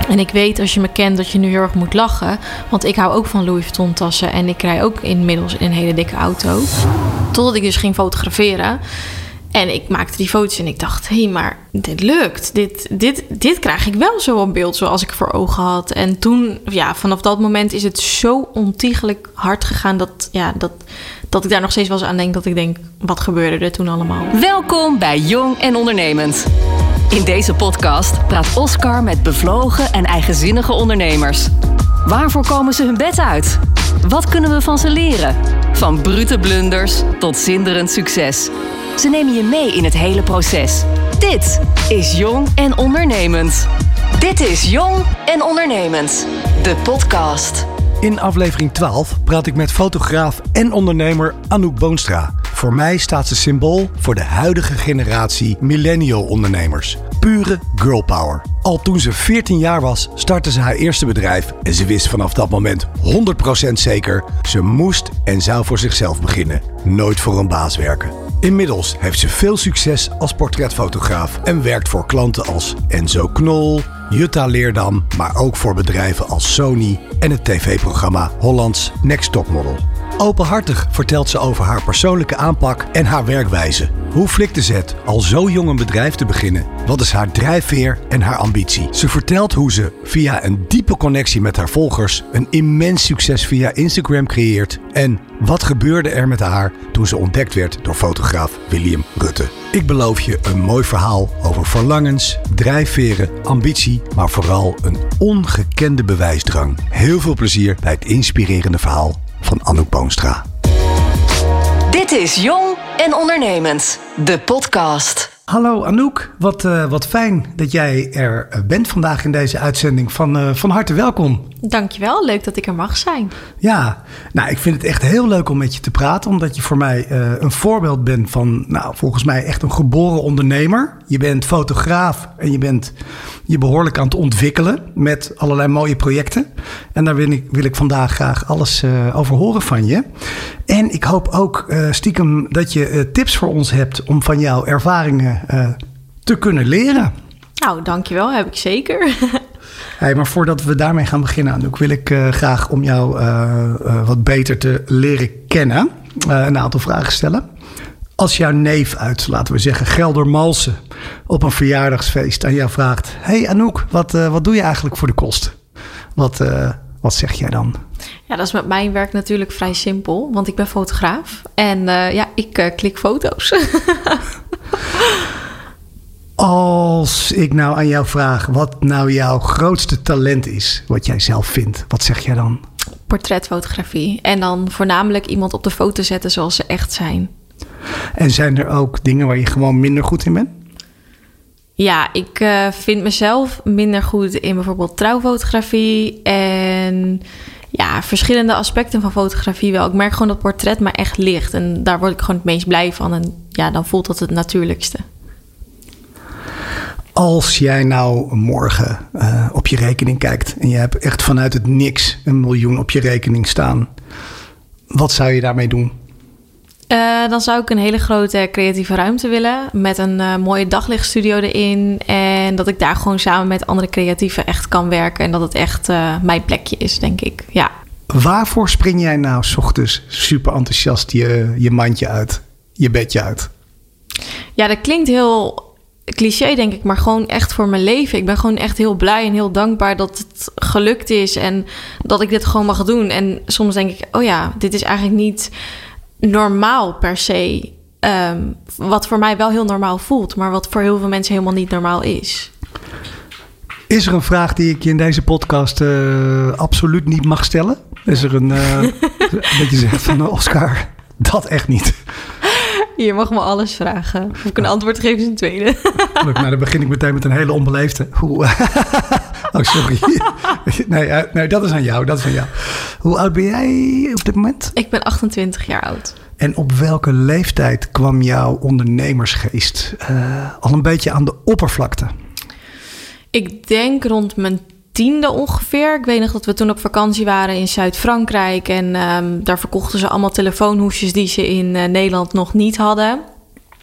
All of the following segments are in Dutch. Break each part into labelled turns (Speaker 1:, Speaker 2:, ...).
Speaker 1: En ik weet als je me kent dat je nu heel erg moet lachen. Want ik hou ook van Louis Vuitton tassen. En ik rij ook inmiddels in een hele dikke auto. Totdat ik dus ging fotograferen. En ik maakte die foto's en ik dacht, hé, maar dit lukt. Dit krijg ik wel zo op beeld zoals ik voor ogen had. En toen, vanaf dat moment is het zo ontiegelijk hard gegaan dat ik daar nog steeds wel eens aan denk. Dat ik denk, wat gebeurde er toen allemaal?
Speaker 2: Welkom bij Jong en Ondernemend. In deze podcast praat Oscar met bevlogen en eigenzinnige ondernemers. Waarvoor komen ze hun bed uit? Wat kunnen we van ze leren? Van brute blunders tot zinderend succes. Ze nemen je mee in het hele proces. Dit is Jong en Ondernemend. Dit is Jong en Ondernemend, de podcast.
Speaker 3: In aflevering 12 praat ik met fotograaf en ondernemer Anouk Boonstra. Voor mij staat ze symbool voor de huidige generatie millennial ondernemers. Pure girl power. Al toen ze 14 jaar was, startte ze haar eerste bedrijf. En ze wist vanaf dat moment 100% zeker, ze moest en zou voor zichzelf beginnen. Nooit voor een baas werken. Inmiddels heeft ze veel succes als portretfotograaf en werkt voor klanten als Enzo Knol, Jutta Leerdam, maar ook voor bedrijven als Sony en het tv-programma Hollands Next Top Model. Openhartig vertelt ze over haar persoonlijke aanpak en haar werkwijze. Hoe flikte ze het al zo jong een bedrijf te beginnen? Wat is haar drijfveer en haar ambitie? Ze vertelt hoe ze via een diepe connectie met haar volgers een immens succes via Instagram creëert. En wat gebeurde er met haar toen ze ontdekt werd door fotograaf William Rutte? Ik beloof je een mooi verhaal over verlangens, drijfveren, ambitie, maar vooral een ongekende bewijsdrang. Heel veel plezier bij het inspirerende verhaal van Anouk Boonstra.
Speaker 2: Dit is Jong en Ondernemend, de podcast.
Speaker 3: Hallo Anouk, wat fijn dat jij er bent vandaag in deze uitzending. Van harte welkom.
Speaker 1: Dankjewel, leuk dat ik er mag zijn.
Speaker 3: Ja, nou ik vind het echt heel leuk om met je te praten. Omdat je voor mij een voorbeeld bent van, volgens mij echt een geboren ondernemer. Je bent fotograaf en je bent je behoorlijk aan het ontwikkelen met allerlei mooie projecten. En daar wil ik vandaag graag alles over horen van je. En ik hoop ook stiekem dat je tips voor ons hebt om van jouw ervaringen te kunnen leren.
Speaker 1: Nou, dankjewel, heb ik zeker.
Speaker 3: Hey, maar voordat we daarmee gaan beginnen, Anouk, wil ik graag om jou wat beter te leren kennen een aantal vragen stellen. Als jouw neef uit, laten we zeggen, Geldermalsen op een verjaardagsfeest aan jou vraagt: hey Anouk, wat doe je eigenlijk voor de kost? Wat zeg jij dan?
Speaker 1: Ja, dat is met mijn werk natuurlijk vrij simpel, want ik ben fotograaf. En ik klik foto's.
Speaker 3: Als ik nou aan jou vraag wat nou jouw grootste talent is, wat jij zelf vindt, wat zeg jij dan?
Speaker 1: Portretfotografie. En dan voornamelijk iemand op de foto zetten zoals ze echt zijn.
Speaker 3: En zijn er ook dingen waar je gewoon minder goed in bent?
Speaker 1: Ja, ik vind mezelf minder goed in bijvoorbeeld trouwfotografie en verschillende aspecten van fotografie wel. Ik merk gewoon dat portret me echt ligt en daar word ik gewoon het meest blij van. En dan voelt dat het natuurlijkste. Als jij nou morgen op je rekening kijkt en je hebt echt vanuit het niks 1 miljoen op je rekening staan, wat zou je daarmee doen? Dan zou ik een hele grote creatieve ruimte willen met een mooie daglichtstudio erin. En dat ik daar gewoon samen met andere creatieven echt kan werken. En dat het echt mijn plekje is, denk ik. Ja. Waarvoor spring jij nou 's ochtends super enthousiast je mandje uit, je bedje uit? Ja, dat klinkt heel cliché, denk ik, maar gewoon echt voor mijn leven. Ik ben gewoon echt heel blij en heel dankbaar dat het gelukt is en dat ik dit gewoon mag doen. En soms denk ik, dit is eigenlijk niet normaal per se. Wat voor mij wel heel normaal voelt, maar wat voor heel veel mensen helemaal niet normaal is. Is er een vraag die ik je in deze podcast absoluut niet mag stellen? Is er een dat je zegt van Oscar, dat echt niet? Je mag me alles vragen. Of ik een antwoord geef is een tweede. Nou, dan begin ik meteen met een hele onbeleefde. Oh, sorry. Nee, dat is aan jou. Hoe oud ben jij op dit moment? Ik ben 28 jaar oud. En op welke leeftijd kwam jouw ondernemersgeest al een beetje aan de oppervlakte? Ik denk rond mijn 10e ongeveer. Ik weet nog dat we toen op vakantie waren in Zuid-Frankrijk. En daar verkochten ze allemaal telefoonhoesjes die ze in Nederland nog niet hadden.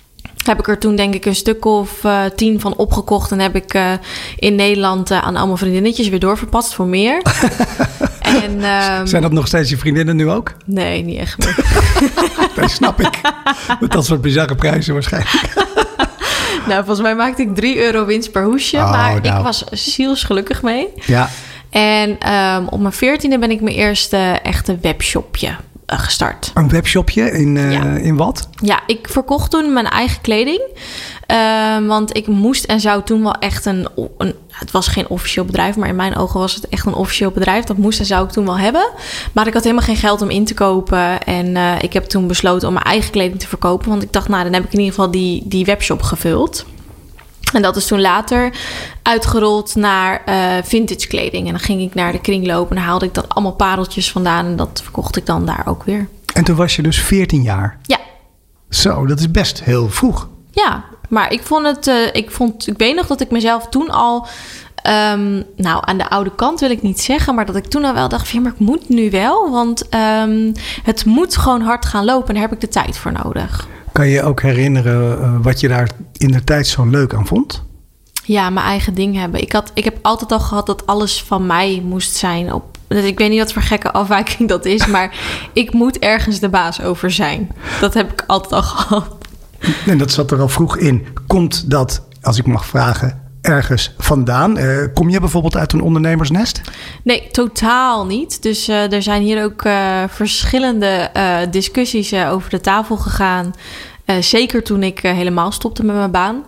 Speaker 4: heb ik er toen denk ik een stuk of 10 van opgekocht. En heb ik in Nederland aan allemaal vriendinnetjes weer doorverpatst voor meer. En,
Speaker 3: zijn dat nog steeds je vriendinnen nu ook?
Speaker 4: Nee, niet echt meer.
Speaker 3: Dat snap ik. Met dat soort bizarre prijzen waarschijnlijk.
Speaker 4: Nou, volgens mij maakte ik €3 winst per hoesje. Maar ik was zielsgelukkig mee.
Speaker 3: Ja.
Speaker 4: En op mijn 14e ben ik mijn eerste echte webshopje gestart.
Speaker 3: Een webshopje in wat?
Speaker 4: Ja, ik verkocht toen mijn eigen kleding. Want ik moest en zou toen wel echt het was geen officieel bedrijf, maar in mijn ogen was het echt een officieel bedrijf. Dat moest en zou ik toen wel hebben. Maar ik had helemaal geen geld om in te kopen. En ik heb toen besloten om mijn eigen kleding te verkopen. Want ik dacht, nou, dan heb ik in ieder geval die webshop gevuld. En dat is toen later uitgerold naar vintage kleding. En dan ging ik naar de kringloop en dan haalde ik dan allemaal pareltjes vandaan. En dat verkocht ik dan daar ook weer.
Speaker 3: En toen was je dus 14 jaar?
Speaker 4: Ja.
Speaker 3: Zo, dat is best heel vroeg.
Speaker 4: Ja, maar ik weet nog dat ik mezelf toen al... aan de oude kant wil ik niet zeggen, maar dat ik toen al wel dacht van, ja, maar ik moet nu wel. Want het moet gewoon hard gaan lopen en daar heb ik de tijd voor nodig.
Speaker 3: Kan je ook herinneren wat je daar in de tijd zo leuk aan vond?
Speaker 4: Ja, mijn eigen ding hebben. Ik heb altijd al gehad dat alles van mij moest zijn. Dus ik weet niet wat voor gekke afwijking dat is, maar ik moet ergens de baas over zijn. Dat heb ik altijd al gehad.
Speaker 3: En dat zat er al vroeg in. Komt dat, als ik mag vragen, ergens vandaan? Kom je bijvoorbeeld uit een ondernemersnest?
Speaker 4: Nee, totaal niet. Dus er zijn hier ook verschillende discussies over de tafel gegaan. Zeker toen ik helemaal stopte met mijn baan.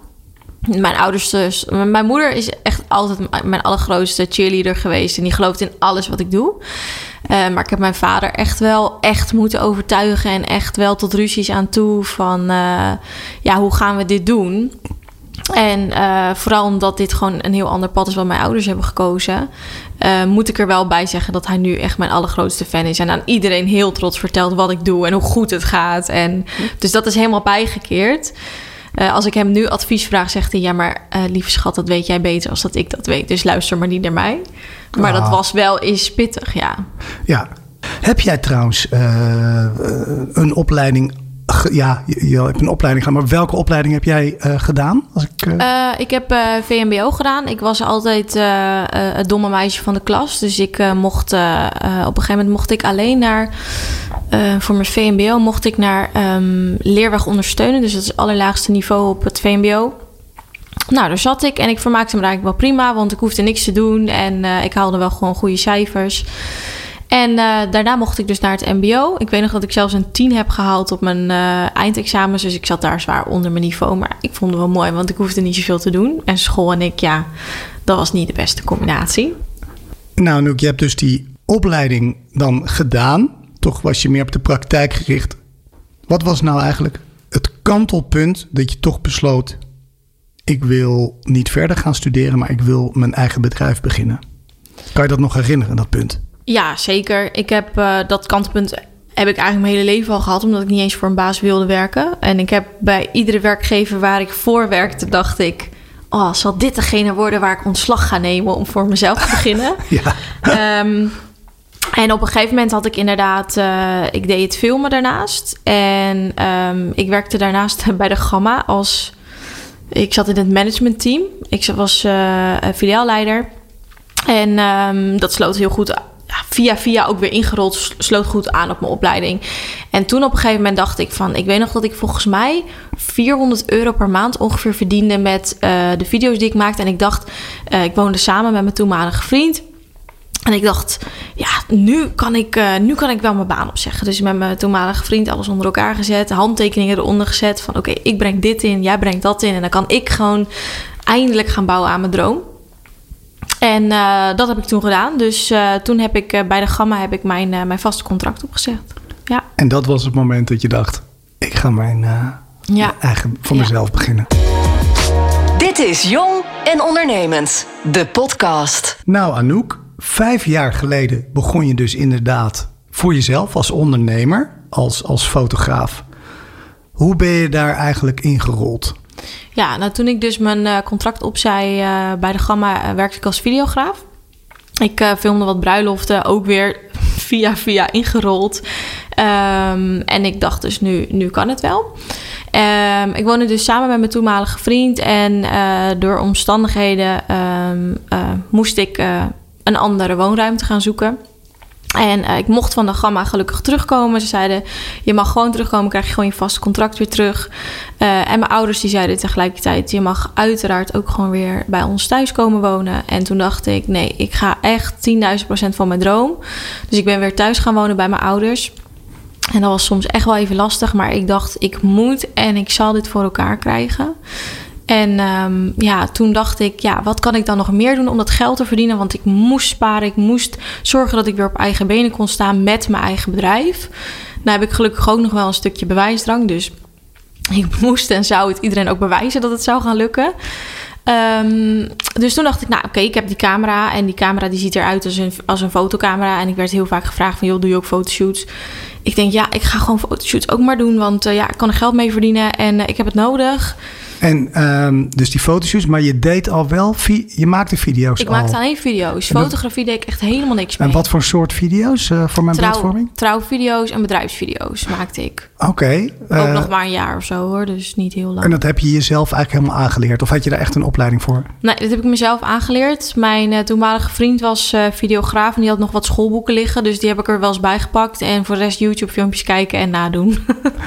Speaker 4: Mijn moeder is echt altijd mijn allergrootste cheerleader geweest. En die gelooft in alles wat ik doe. Maar ik heb mijn vader echt moeten overtuigen. En echt wel tot ruzies aan toe van... hoe gaan we dit doen? En vooral omdat dit gewoon een heel ander pad is wat mijn ouders hebben gekozen... moet ik er wel bij zeggen dat hij nu echt mijn allergrootste fan is. En aan iedereen heel trots vertelt wat ik doe en hoe goed het gaat. Dus dat is helemaal bijgekeerd. Als ik hem nu advies vraag, zegt hij... ja, maar lieve schat, dat weet jij beter als dat ik dat weet. Dus luister maar niet naar mij. Maar dat was wel eens pittig, ja. Ja.
Speaker 3: Heb jij trouwens een opleiding... Ja, je hebt een opleiding gedaan, maar welke opleiding heb jij gedaan?
Speaker 4: Ik heb VMBO gedaan. Ik was altijd het domme meisje van de klas. Dus ik mocht op een gegeven moment mocht ik alleen naar... voor mijn VMBO mocht ik naar leerweg ondersteunen. Dus dat is het allerlaagste niveau op het VMBO. Nou, daar zat ik en ik vermaakte me eigenlijk wel prima. Want ik hoefde niks te doen en ik haalde wel gewoon goede cijfers. En daarna mocht ik dus naar het mbo. Ik weet nog dat ik zelfs een 10 heb gehaald op mijn eindexamens. Dus ik zat daar zwaar onder mijn niveau. Maar ik vond het wel mooi, want ik hoefde niet zoveel te doen. En school en ik, ja, dat was niet de beste combinatie.
Speaker 3: Nou, Anouk, je hebt dus die opleiding dan gedaan. Toch was je meer op de praktijk gericht. Wat was nou eigenlijk het kantelpunt dat je toch besloot... ik wil niet verder gaan studeren, maar ik wil mijn eigen bedrijf beginnen? Kan je dat nog herinneren, dat punt?
Speaker 4: Ja, zeker. Ik heb dat kantelpunt heb ik eigenlijk mijn hele leven al gehad... omdat ik niet eens voor een baas wilde werken. En ik heb bij iedere werkgever waar ik voor werkte, dacht ik... oh, zal dit degene worden waar ik ontslag ga nemen om voor mezelf te beginnen? Ja. En op een gegeven moment had ik inderdaad... ik deed het filmen daarnaast. En ik werkte daarnaast bij de Gamma als... ik zat in het managementteam. Ik was filiaalleider. En dat sloot heel goed... via ook weer ingerold, sloot goed aan op mijn opleiding. En toen op een gegeven moment dacht ik van... ik weet nog dat ik volgens mij €400 per maand ongeveer verdiende... met de video's die ik maakte. En ik dacht, ik woonde samen met mijn toenmalige vriend... En ik dacht, ja, nu kan ik wel mijn baan opzeggen. Dus met mijn toenmalige vriend alles onder elkaar gezet. Handtekeningen eronder gezet van oké, ik breng dit in, jij brengt dat in. En dan kan ik gewoon eindelijk gaan bouwen aan mijn droom. En dat heb ik toen gedaan. Dus toen heb ik bij de Gamma heb ik mijn vaste contract opgezegd. Ja.
Speaker 3: En dat was het moment dat je dacht, ik ga mijn eigen voor mezelf beginnen.
Speaker 2: Dit is Jong en Ondernemend, de podcast.
Speaker 3: Nou, Anouk, 5 jaar geleden begon je dus inderdaad voor jezelf als ondernemer, als fotograaf. Hoe ben je daar eigenlijk ingerold?
Speaker 4: Ja, nou toen ik dus mijn contract opzei bij de Gamma, werkte ik als videograaf. Ik filmde wat bruiloften, ook weer via ingerold. En ik dacht dus, nu kan het wel. Ik woonde dus samen met mijn toenmalige vriend. En door omstandigheden moest ik een andere woonruimte gaan zoeken. En ik mocht van de Gamma gelukkig terugkomen. Ze zeiden, je mag gewoon terugkomen, krijg je gewoon je vaste contract weer terug. En mijn ouders die zeiden tegelijkertijd, je mag uiteraard ook gewoon weer bij ons thuis komen wonen. En toen dacht ik, nee, ik ga echt 10.000% van mijn droom. Dus ik ben weer thuis gaan wonen bij mijn ouders. En dat was soms echt wel even lastig, maar ik dacht, ik moet en ik zal dit voor elkaar krijgen. En toen dacht ik, wat kan ik dan nog meer doen om dat geld te verdienen? Want ik moest sparen, ik moest zorgen dat ik weer op eigen benen kon staan met mijn eigen bedrijf. Nou heb ik gelukkig ook nog wel een stukje bewijsdrang. Dus ik moest en zou het iedereen ook bewijzen dat het zou gaan lukken. Dus toen dacht ik, ik heb die camera. En die camera die ziet eruit als een fotocamera. En ik werd heel vaak gevraagd van, joh, doe je ook fotoshoots? Ik denk, ik ga gewoon fotoshoots ook maar doen. Want ik kan er geld mee verdienen en ik heb het nodig.
Speaker 3: En dus die fotoshoots, maar je deed al wel, je maakte video's
Speaker 4: Ik maakte alleen video's. Fotografie deed ik echt helemaal niks mee.
Speaker 3: En wat voor soort video's voor mijn beeldvorming?
Speaker 4: Trouwvideo's en bedrijfsvideo's maakte ik.
Speaker 3: Oké.
Speaker 4: Ook nog maar een jaar of zo hoor, dus niet heel lang.
Speaker 3: En dat heb je jezelf eigenlijk helemaal aangeleerd? Of had je daar echt een opleiding voor?
Speaker 4: Nee, dat heb ik mezelf aangeleerd. Mijn toenmalige vriend was videograaf en die had nog wat schoolboeken liggen. Dus die heb ik er wel eens bijgepakt. En voor de rest YouTube filmpjes kijken en nadoen.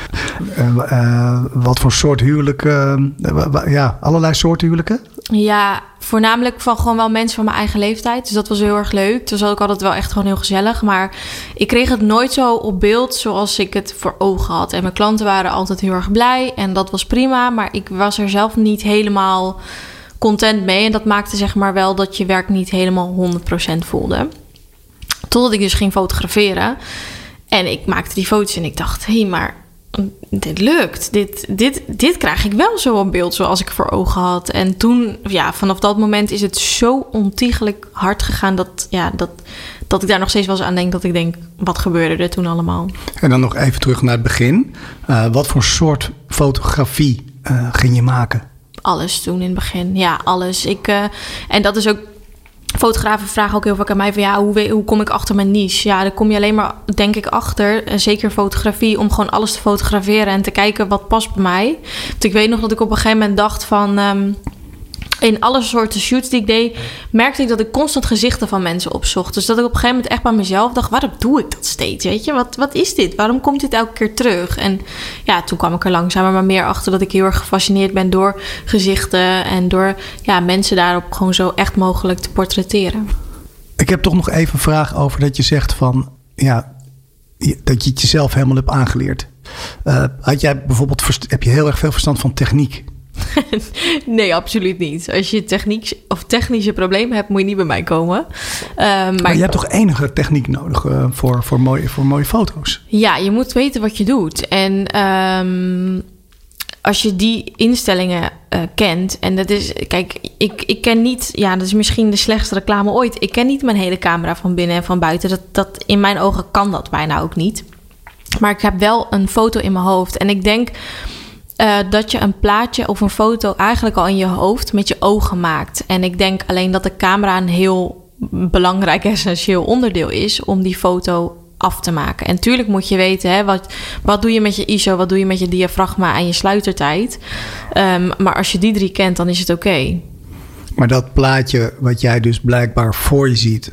Speaker 3: Wat voor soort huwelijken? Allerlei soorten huwelijken?
Speaker 4: Ja, voornamelijk van gewoon wel mensen van mijn eigen leeftijd. Dus dat was heel erg leuk. Dus was ook altijd wel echt gewoon heel gezellig. Maar ik kreeg het nooit zo op beeld zoals ik het voor ogen had. En mijn klanten waren altijd heel erg blij. En dat was prima. Maar ik was er zelf niet helemaal content mee. En dat maakte zeg maar wel dat je werk niet helemaal 100% voelde. Totdat ik dus ging fotograferen. En ik maakte die foto's en ik dacht, hé, maar dit lukt. Dit krijg ik wel zo op beeld zoals ik voor ogen had. En toen, vanaf dat moment is het zo ontiegelijk hard gegaan dat ik daar nog steeds wel eens aan denk. Dat ik denk, wat gebeurde er toen allemaal? En
Speaker 3: dan nog even terug naar het begin. Wat voor soort fotografie ging je maken?
Speaker 4: Alles toen in het begin. Ja, alles. En dat is ook... Fotografen vragen ook heel vaak aan mij van hoe kom ik achter mijn niche? Ja, daar kom je alleen maar, denk ik, achter. Zeker fotografie, om gewoon alles te fotograferen en te kijken wat past bij mij. Want ik weet nog dat ik op een gegeven moment dacht van... in alle soorten shoots die ik deed, merkte ik dat ik constant gezichten van mensen opzocht. Dus dat ik op een gegeven moment echt bij mezelf dacht, waarom doe ik dat steeds? Weet je, wat is dit? Waarom komt dit elke keer terug? En toen kwam ik er langzamer maar meer achter dat ik heel erg gefascineerd ben door gezichten en door mensen daarop gewoon zo echt mogelijk te portretteren.
Speaker 3: Ik heb toch nog even een vraag over dat je zegt van, dat je het jezelf helemaal hebt aangeleerd. Heb je heel erg veel verstand van techniek?
Speaker 4: Nee, absoluut niet. Als je technische problemen hebt, moet je niet bij mij komen.
Speaker 3: Maar je hebt toch enige techniek nodig voor mooie foto's? Ja,
Speaker 4: je moet weten wat je doet. En als je die instellingen kent... en dat is... Kijk, ik ken niet... Ja, dat is misschien de slechtste reclame ooit. Ik ken niet mijn hele camera van binnen en van buiten. Dat in mijn ogen kan dat bijna ook niet. Maar ik heb wel een foto in mijn hoofd. En ik denk... dat je een plaatje of een foto eigenlijk al in je hoofd met je ogen maakt. En ik denk alleen dat de camera een heel belangrijk essentieel onderdeel is om die foto af te maken. En tuurlijk moet je weten, wat doe je met je ISO, wat doe je met je diafragma en je sluitertijd. Maar als je die 3 kent, dan is het oké.
Speaker 3: Maar dat plaatje wat jij dus blijkbaar voor je ziet,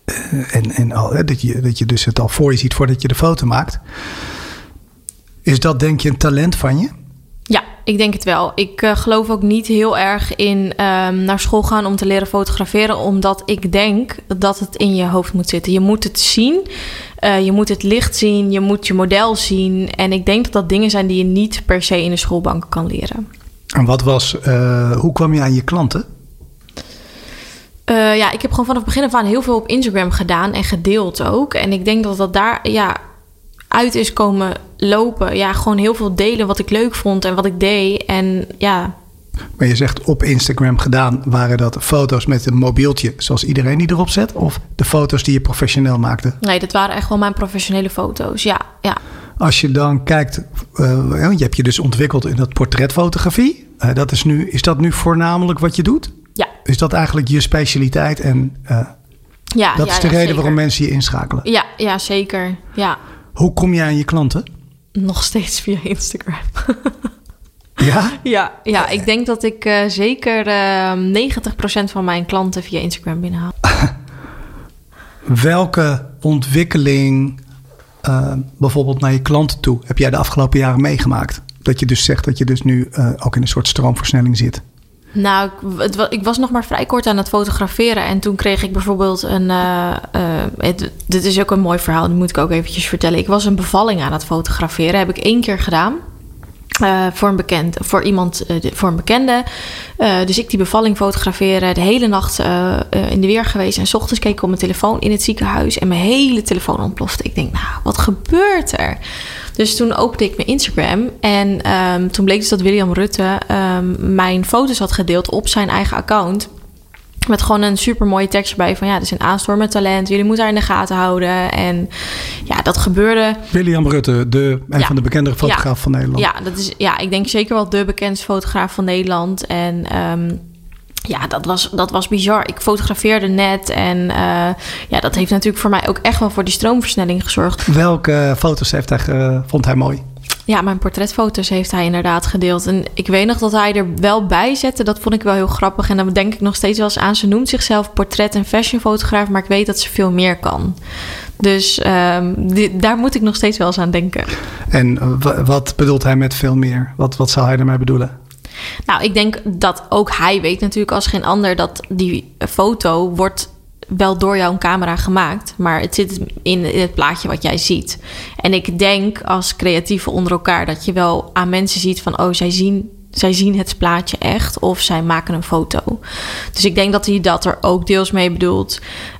Speaker 3: dat je dus het al voor je ziet voordat je de foto maakt, is dat denk je een talent van je?
Speaker 4: Ja, ik denk het wel. Ik geloof ook niet heel erg in naar school gaan om te leren fotograferen, omdat ik denk dat het in je hoofd moet zitten. Je moet het zien, je moet het licht zien, je moet je model zien. En ik denk dat dat dingen zijn die je niet per se in de schoolbanken kan leren.
Speaker 3: En hoe kwam je aan je klanten?
Speaker 4: Ik heb gewoon vanaf het begin af aan heel veel op Instagram gedaan en gedeeld ook. En ik denk dat dat daar uit is komen lopen. Ja, gewoon heel veel delen wat ik leuk vond en wat ik deed. En ja.
Speaker 3: Maar je zegt op Instagram gedaan, waren dat foto's met een mobieltje zoals iedereen die erop zet? Of de foto's die je professioneel maakte?
Speaker 4: Nee, dat waren echt wel mijn professionele foto's, ja.
Speaker 3: Als je dan kijkt, je hebt je dus ontwikkeld in dat portretfotografie. Is dat nu voornamelijk wat je doet?
Speaker 4: Ja.
Speaker 3: Is dat eigenlijk je specialiteit? En dat is de reden
Speaker 4: zeker.
Speaker 3: Waarom mensen je inschakelen?
Speaker 4: Ja, zeker. Ja.
Speaker 3: Hoe kom je aan je klanten?
Speaker 4: Nog steeds via Instagram.
Speaker 1: Ja?
Speaker 4: Ik denk dat ik zeker 90% van mijn klanten via Instagram binnenhaal.
Speaker 1: Welke ontwikkeling bijvoorbeeld naar je klanten toe heb jij de afgelopen jaren meegemaakt? Dat je dus zegt dat je dus nu ook in een soort stroomversnelling zit.
Speaker 4: Nou, ik was nog maar vrij kort aan het fotograferen. En toen kreeg ik bijvoorbeeld dit is ook een mooi verhaal, dat moet ik ook eventjes vertellen. Ik was een bevalling aan het fotograferen. Heb ik 1 keer gedaan. Voor een bekende. Dus ik die bevalling fotograferen. De hele nacht in de weer geweest. En 's ochtends keek ik op mijn telefoon in het ziekenhuis. En mijn hele telefoon ontplofte. Ik denk, nou, wat gebeurt er? Dus toen opende ik mijn Instagram. En toen bleek dus dat William Rutte mijn foto's had gedeeld op zijn eigen account. Met gewoon een super mooie tekst erbij van... ja, dit is een aanstormend talent. Jullie moeten haar in de gaten houden. En ja, dat gebeurde.
Speaker 1: William Rutte, een van de bekendere fotografen van Nederland.
Speaker 4: Ja, ik denk zeker wel de bekendste fotograaf van Nederland. En dat was bizar. Ik fotografeerde net. En dat heeft natuurlijk voor mij ook echt wel voor die stroomversnelling gezorgd.
Speaker 1: Welke foto's vond hij mooi?
Speaker 4: Ja, mijn portretfoto's heeft hij inderdaad gedeeld. En ik weet nog dat hij er wel bij zette. Dat vond ik wel heel grappig. En dan denk ik nog steeds wel eens aan. Ze noemt zichzelf portret- en fashionfotograaf. Maar ik weet dat ze veel meer kan. Dus daar moet ik nog steeds wel eens aan denken.
Speaker 1: En wat bedoelt hij met veel meer? Wat zou hij ermee bedoelen?
Speaker 4: Nou, ik denk dat ook hij weet natuurlijk als geen ander... dat die foto wordt wel door jouw camera gemaakt, maar het zit in het plaatje wat jij ziet. En ik denk als creatieven onder elkaar dat je wel aan mensen ziet van... oh, zij zien het plaatje echt of zij maken een foto. Dus ik denk dat hij dat er ook deels mee bedoelt.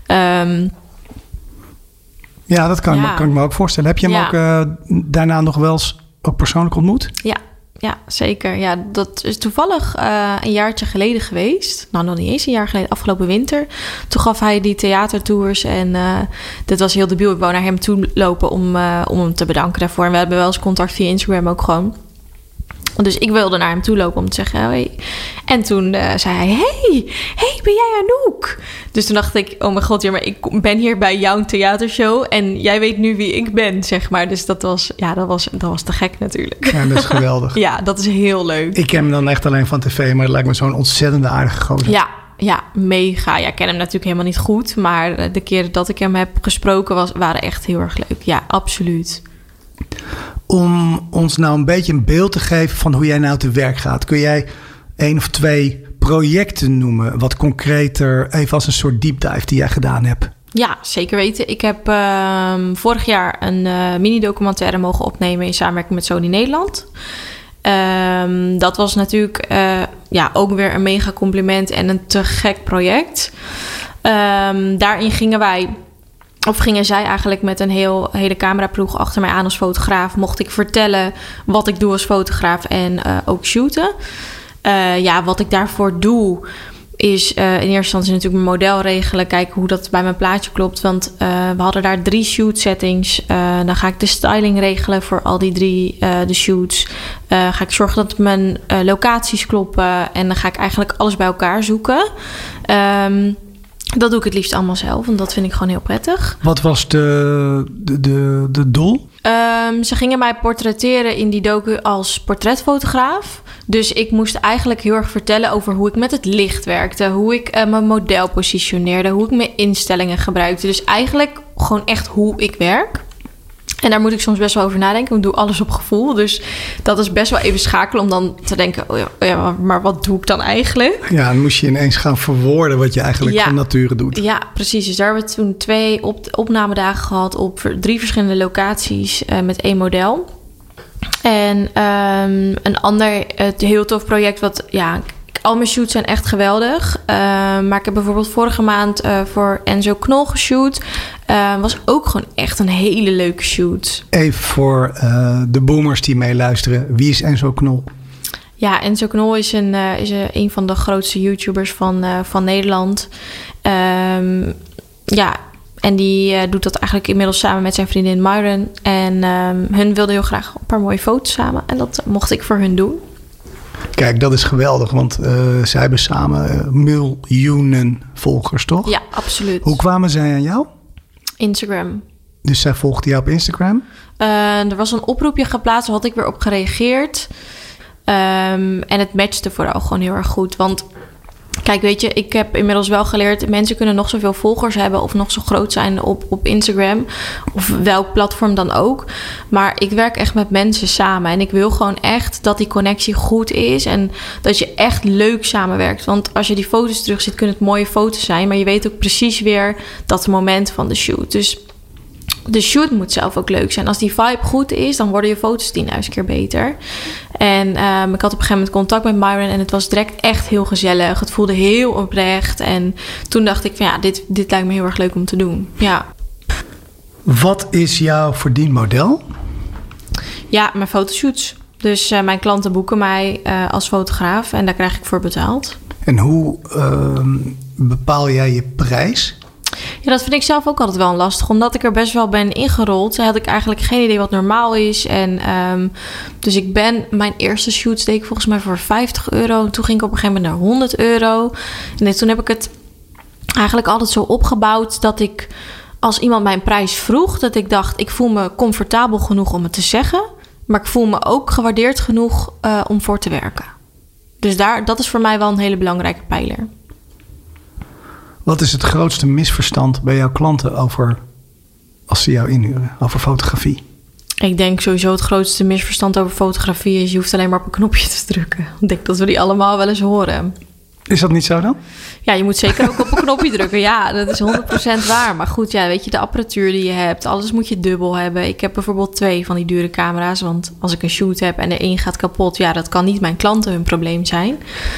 Speaker 1: Ja, dat kan ik me ook voorstellen. Heb je hem ook daarna nog wel eens ook persoonlijk ontmoet?
Speaker 4: Ja, zeker. Ja, dat is toevallig een jaartje geleden geweest. Nou, nog niet eens een jaar geleden, afgelopen winter. Toen gaf hij die theatertours en dit was heel debiel. Ik wou naar hem toe lopen om hem te bedanken daarvoor. En we hebben wel eens contact via Instagram ook gewoon. Dus ik wilde naar hem toe lopen om te zeggen... Hey. En toen zei hij... Hey, ben jij Anouk? Dus toen dacht ik... Oh mijn god, ja, maar ik ben hier bij jouw theatershow... en jij weet nu wie ik ben, zeg maar. Dus dat was te gek natuurlijk.
Speaker 1: Ja, dat is geweldig.
Speaker 4: Ja, dat is heel leuk.
Speaker 1: Ik ken hem dan echt alleen van tv... maar het lijkt me zo'n ontzettende aardige gozer.
Speaker 4: Ja, mega. Ja, ik ken hem natuurlijk helemaal niet goed... maar de keren dat ik hem heb gesproken... waren echt heel erg leuk. Ja, absoluut.
Speaker 1: Om ons nou een beetje een beeld te geven van hoe jij nou te werk gaat... kun jij 1 of 2 projecten noemen, wat concreter... even als een soort deep dive die jij gedaan hebt?
Speaker 4: Ja, zeker weten. Ik heb vorig jaar een mini-documentaire mogen opnemen... in samenwerking met Sony Nederland. Dat was natuurlijk ook weer een mega compliment en een te gek project. Daarin gingen zij eigenlijk met een hele cameraploeg achter mij aan als fotograaf. Mocht ik vertellen wat ik doe als fotograaf en ook shooten. Wat ik daarvoor doe is in eerste instantie natuurlijk mijn model regelen. Kijken hoe dat bij mijn plaatje klopt. Want we hadden daar 3 shoot settings. Dan ga ik de styling regelen voor al die 3 de shoots. Ga ik zorgen dat mijn locaties kloppen. En dan ga ik eigenlijk alles bij elkaar zoeken. Dat doe ik het liefst allemaal zelf, want dat vind ik gewoon heel prettig.
Speaker 1: Wat was de doel?
Speaker 4: Ze gingen mij portretteren in die docu als portretfotograaf. Dus ik moest eigenlijk heel erg vertellen over hoe ik met het licht werkte. Hoe ik mijn model positioneerde. Hoe ik mijn instellingen gebruikte. Dus eigenlijk gewoon echt hoe ik werk. En daar moet ik soms best wel over nadenken. Ik doe alles op gevoel. Dus dat is best wel even schakelen om dan te denken... maar wat doe ik dan eigenlijk?
Speaker 1: Ja, dan moest je ineens gaan verwoorden wat je eigenlijk van nature doet.
Speaker 4: Ja, precies. Dus daar hebben we toen 2 opnamedagen gehad... op 3 verschillende locaties met 1 model. En een ander heel tof project... al mijn shoots zijn echt geweldig. Maar ik heb bijvoorbeeld vorige maand voor Enzo Knol geshoot. Was ook gewoon echt een hele leuke shoot.
Speaker 1: Even voor de boomers die meeluisteren. Wie is Enzo Knol?
Speaker 4: Ja, Enzo Knol is een van de grootste YouTubers van Nederland. En die doet dat eigenlijk inmiddels samen met zijn vriendin Myron. En hun wilden heel graag een paar mooie foto's samen. En dat mocht ik voor hun doen.
Speaker 1: Kijk, dat is geweldig, want zij hebben samen miljoenen volgers, toch?
Speaker 4: Ja, absoluut.
Speaker 1: Hoe kwamen zij aan jou?
Speaker 4: Instagram.
Speaker 1: Dus zij volgde jou op Instagram?
Speaker 4: Er was een oproepje geplaatst, daar had ik weer op gereageerd. En het matchte vooral gewoon heel erg goed. Want kijk, weet je, ik heb inmiddels wel geleerd... mensen kunnen nog zoveel volgers hebben... of nog zo groot zijn op Instagram... of welk platform dan ook. Maar ik werk echt met mensen samen. En ik wil gewoon echt dat die connectie goed is... en dat je echt leuk samenwerkt. Want als je die foto's terugziet, kunnen het mooie foto's zijn... maar je weet ook precies weer dat moment van de shoot. Dus de shoot moet zelf ook leuk zijn. Als die vibe goed is, dan worden je foto's 10.000 keer beter. En ik had op een gegeven moment contact met Myron... en het was direct echt heel gezellig. Het voelde heel oprecht. En toen dacht ik van ja, dit lijkt me heel erg leuk om te doen. Ja.
Speaker 1: Wat is jouw verdienmodel?
Speaker 4: Ja, mijn fotoshoots. Dus mijn klanten boeken mij als fotograaf... en daar krijg ik voor betaald.
Speaker 1: En hoe bepaal jij je prijs?
Speaker 4: Ja, dat vind ik zelf ook altijd wel lastig. Omdat ik er best wel ben ingerold. Had ik eigenlijk geen idee wat normaal is. En dus mijn eerste shoots deed ik volgens mij voor €50. En toen ging ik op een gegeven moment naar €100. En toen heb ik het eigenlijk altijd zo opgebouwd dat ik, als iemand mijn prijs vroeg, dat ik dacht, ik voel me comfortabel genoeg om het te zeggen. Maar ik voel me ook gewaardeerd genoeg om voor te werken. Dus dat is voor mij wel een hele belangrijke pijler.
Speaker 1: Wat is het grootste misverstand bij jouw klanten als ze jou inhuren, over fotografie?
Speaker 4: Ik denk sowieso het grootste misverstand over fotografie is... je hoeft alleen maar op een knopje te drukken. Ik denk dat we die allemaal wel eens horen.
Speaker 1: Is dat niet zo dan?
Speaker 4: Ja, je moet zeker ook op een knopje drukken. Ja, dat is 100% waar. Maar goed, ja, weet je, de apparatuur die je hebt... alles moet je dubbel hebben. Ik heb bijvoorbeeld 2 van die dure camera's... want als ik een shoot heb en er één gaat kapot... ja, dat kan niet mijn klanten hun probleem zijn.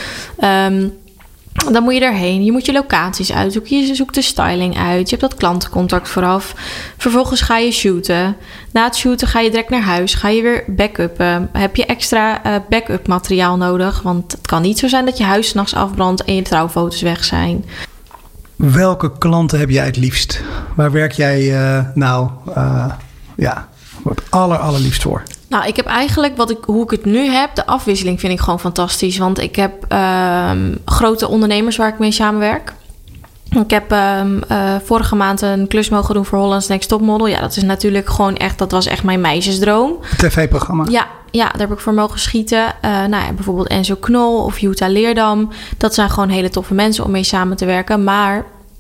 Speaker 4: Dan moet je erheen. Je moet je locaties uitzoeken. Je zoekt de styling uit. Je hebt dat klantencontact vooraf. Vervolgens ga je shooten. Na het shooten ga je direct naar huis. Ga je weer backuppen. Heb je extra backup materiaal nodig? Want het kan niet zo zijn dat je huis 's nachts afbrandt en je trouwfoto's weg zijn.
Speaker 1: Welke klanten heb jij het liefst? Waar werk jij het allerliefst voor?
Speaker 4: Nou, ik heb eigenlijk, hoe ik het nu heb... de afwisseling vind ik gewoon fantastisch. Want ik heb grote ondernemers waar ik mee samenwerk. Ik heb vorige maand een klus mogen doen voor Holland's Next Topmodel. Ja, dat is natuurlijk gewoon echt... dat was echt mijn meisjesdroom.
Speaker 1: TV-programma?
Speaker 4: Ja, daar heb ik voor mogen schieten. Bijvoorbeeld Enzo Knol of Jutta Leerdam. Dat zijn gewoon hele toffe mensen om mee samen te werken. Maar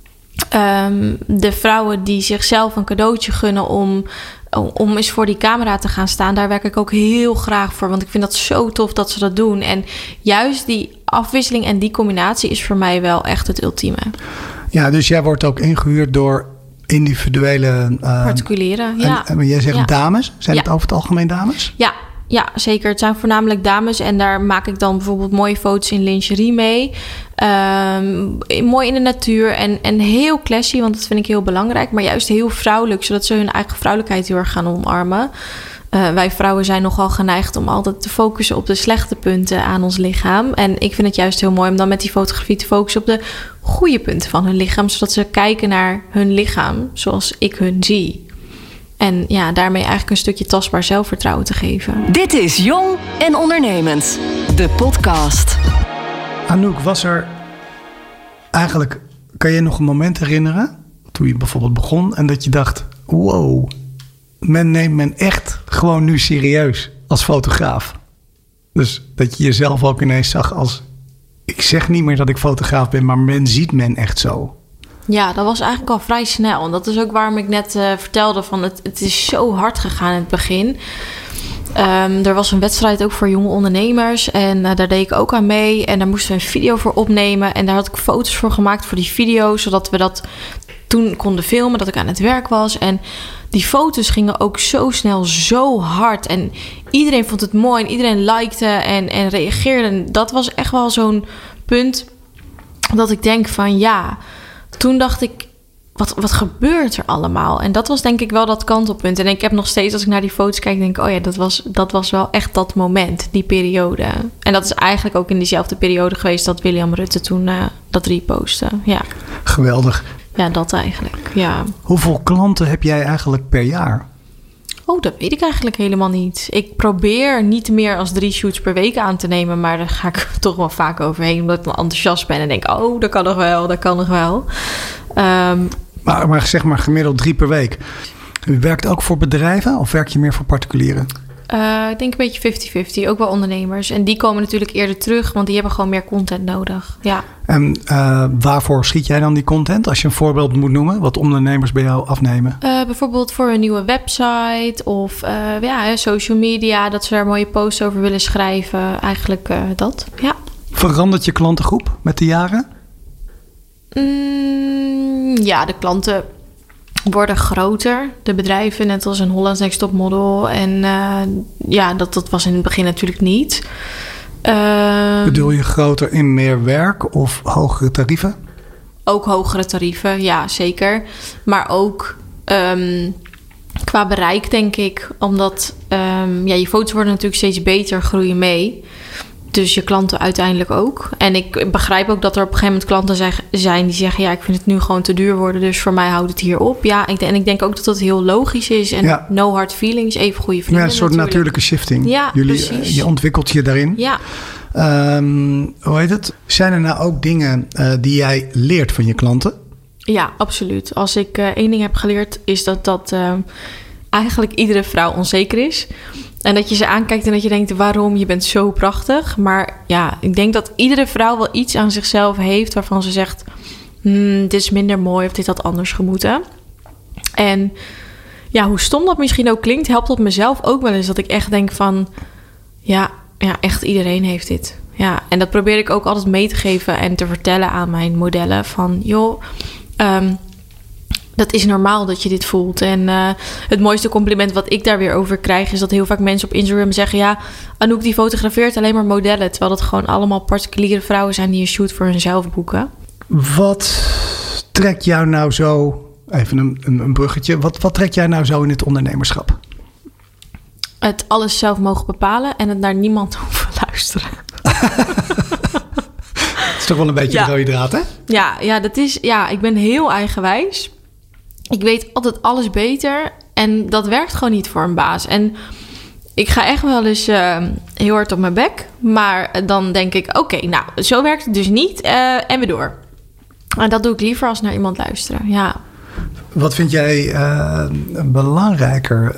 Speaker 4: de vrouwen die zichzelf een cadeautje gunnen... om eens voor die camera te gaan staan... daar werk ik ook heel graag voor. Want ik vind dat zo tof dat ze dat doen. En juist die afwisseling en die combinatie... is voor mij wel echt het ultieme. Ja,
Speaker 1: dus jij wordt ook ingehuurd door individuele...
Speaker 4: particulieren, ja.
Speaker 1: En jij zegt dames? Zijn het over het algemeen dames?
Speaker 4: Ja, zeker. Het zijn voornamelijk dames. En daar maak ik dan bijvoorbeeld mooie foto's in lingerie mee. Mooi in de natuur. En heel classy, want dat vind ik heel belangrijk. Maar juist heel vrouwelijk, zodat ze hun eigen vrouwelijkheid heel erg gaan omarmen. Wij vrouwen zijn nogal geneigd om altijd te focussen op de slechte punten aan ons lichaam. En ik vind het juist heel mooi om dan met die fotografie te focussen op de goede punten van hun lichaam. Zodat ze kijken naar hun lichaam zoals ik hun zie. En ja, daarmee eigenlijk een stukje tastbaar zelfvertrouwen te geven.
Speaker 2: Dit is Jong en Ondernemend, de podcast.
Speaker 1: Anouk, was er eigenlijk... kan je nog een moment herinneren... toen je bijvoorbeeld begon en dat je dacht... wow, men neemt men echt gewoon nu serieus als fotograaf. Dus dat je jezelf ook ineens zag als... ik zeg niet meer dat ik fotograaf ben... maar men ziet men echt zo.
Speaker 4: Ja, dat was eigenlijk al vrij snel. En dat is ook waarom ik net vertelde van het is zo hard gegaan in het begin. Er was een wedstrijd ook voor jonge ondernemers. En daar deed ik ook aan mee. En daar moesten we een video voor opnemen. En daar had ik foto's voor gemaakt voor die video. Zodat we dat toen konden filmen, dat ik aan het werk was. En die foto's gingen ook zo snel, zo hard. En iedereen vond het mooi en iedereen likte en reageerde. En dat was echt wel zo'n punt dat ik denk van ja... Toen dacht ik, wat gebeurt er allemaal? En dat was denk ik wel dat kantelpunt. En ik heb nog steeds, als ik naar die foto's kijk, denk ik... oh ja, dat was wel echt dat moment, die periode. En dat is eigenlijk ook in diezelfde periode geweest... dat William Rutte toen dat repostte. Ja.
Speaker 1: Geweldig.
Speaker 4: Ja, dat eigenlijk, ja.
Speaker 1: Hoeveel klanten heb jij eigenlijk per jaar?
Speaker 4: Oh, dat weet ik eigenlijk helemaal niet. Ik probeer niet meer als 3 shoots per week aan te nemen... maar daar ga ik toch wel vaak overheen... omdat ik dan enthousiast ben en denk... oh, dat kan nog wel.
Speaker 1: Maar zeg maar gemiddeld 3 per week. U werkt ook voor bedrijven of werk je meer voor particulieren?
Speaker 4: Ik denk een beetje 50-50. Ook wel ondernemers. En die komen natuurlijk eerder terug, want die hebben gewoon meer content nodig. Ja.
Speaker 3: En waarvoor schiet jij dan die content? Als je een voorbeeld moet noemen, wat ondernemers bij jou afnemen?
Speaker 4: Bijvoorbeeld voor een nieuwe website of social media. Dat ze daar mooie posts over willen schrijven. Eigenlijk dat, ja.
Speaker 3: Verandert je klantengroep met de jaren?
Speaker 4: Ja, de klanten worden groter. De bedrijven, net als een Holland's Next Top Model. En dat was in het begin natuurlijk niet.
Speaker 3: Bedoel je groter in meer werk of hogere tarieven?
Speaker 4: Ook hogere tarieven, ja, zeker. Maar ook qua bereik, denk ik. Omdat je foto's worden natuurlijk steeds beter, groeien mee. Dus je klanten uiteindelijk ook. En ik begrijp ook dat er op een gegeven moment klanten zijn die zeggen... ja, ik vind het nu gewoon te duur worden, dus voor mij houdt het hier op. Ja, en ik denk ook dat dat heel logisch is. En no hard feelings, even goede vrienden.
Speaker 3: Ja, een soort natuurlijke shifting.
Speaker 4: Ja, precies.
Speaker 3: Je ontwikkelt je daarin.
Speaker 4: Ja.
Speaker 3: Hoe heet het? Zijn er nou ook dingen die jij leert van je klanten?
Speaker 4: Ja, absoluut. Als ik één ding heb geleerd, is dat eigenlijk iedere vrouw onzeker is... En dat je ze aankijkt en dat je denkt, waarom? Je bent zo prachtig. Maar ja, ik denk dat iedere vrouw wel iets aan zichzelf heeft... waarvan ze zegt, dit is minder mooi of dit had anders gemoeten. En ja, hoe stom dat misschien ook klinkt... helpt dat mezelf ook wel eens dat ik echt denk van... ja, echt iedereen heeft dit. Ja, en dat probeer ik ook altijd mee te geven en te vertellen aan mijn modellen. Van, joh... dat is normaal dat je dit voelt. En het mooiste compliment wat ik daar weer over krijg... is dat heel vaak mensen op Instagram zeggen... ja, Anouk die fotografeert alleen maar modellen... terwijl dat gewoon allemaal particuliere vrouwen zijn... die een shoot voor hunzelf boeken.
Speaker 3: Wat trekt jou nou zo... even een bruggetje... Wat trekt jij nou zo in het ondernemerschap?
Speaker 4: Het alles zelf mogen bepalen... en het naar niemand hoeven luisteren.
Speaker 3: Het is toch wel een beetje de rode draad, hè?
Speaker 4: Ja, dat is... Ja, ik ben heel eigenwijs... Ik weet altijd alles beter en dat werkt gewoon niet voor een baas. En ik ga echt wel eens heel hard op mijn bek. Maar dan denk ik, oké, nou, zo werkt het dus niet en weer door. En dat doe ik liever als naar iemand luisteren, ja.
Speaker 3: Wat vind jij belangrijker?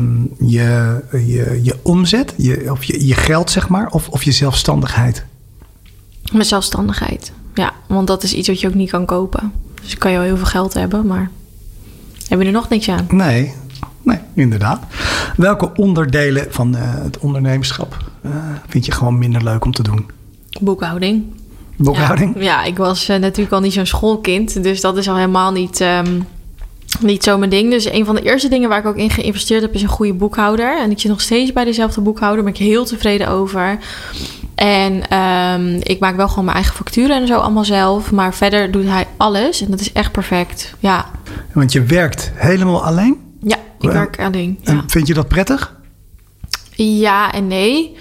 Speaker 3: Je omzet, je geld, zeg maar, of je zelfstandigheid?
Speaker 4: Mijn zelfstandigheid, ja. Want dat is iets wat je ook niet kan kopen. Dus ik kan je wel heel veel geld hebben, maar... Heb je er nog niks aan?
Speaker 3: Nee, inderdaad. Welke onderdelen van het ondernemerschap vind je gewoon minder leuk om te doen?
Speaker 4: Boekhouding.
Speaker 3: Boekhouding?
Speaker 4: Ja, ik was natuurlijk al niet zo'n schoolkind. Dus dat is al helemaal niet zo mijn ding. Dus een van de eerste dingen waar ik ook in geïnvesteerd heb... is een goede boekhouder. En ik zit nog steeds bij dezelfde boekhouder. Daar ben ik heel tevreden over. En ik maak wel gewoon mijn eigen facturen en zo allemaal zelf. Maar verder doet hij alles. En dat is echt perfect, ja.
Speaker 3: Want je werkt helemaal alleen?
Speaker 4: Ja, ik werk alleen. Ja.
Speaker 3: En vind je dat prettig?
Speaker 4: Ja en nee.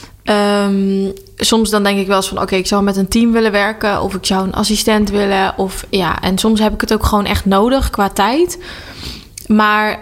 Speaker 4: Soms dan denk ik wel eens van... oké, ik zou met een team willen werken... of ik zou een assistent willen. Of, ja, en soms heb ik het ook gewoon echt nodig qua tijd. Maar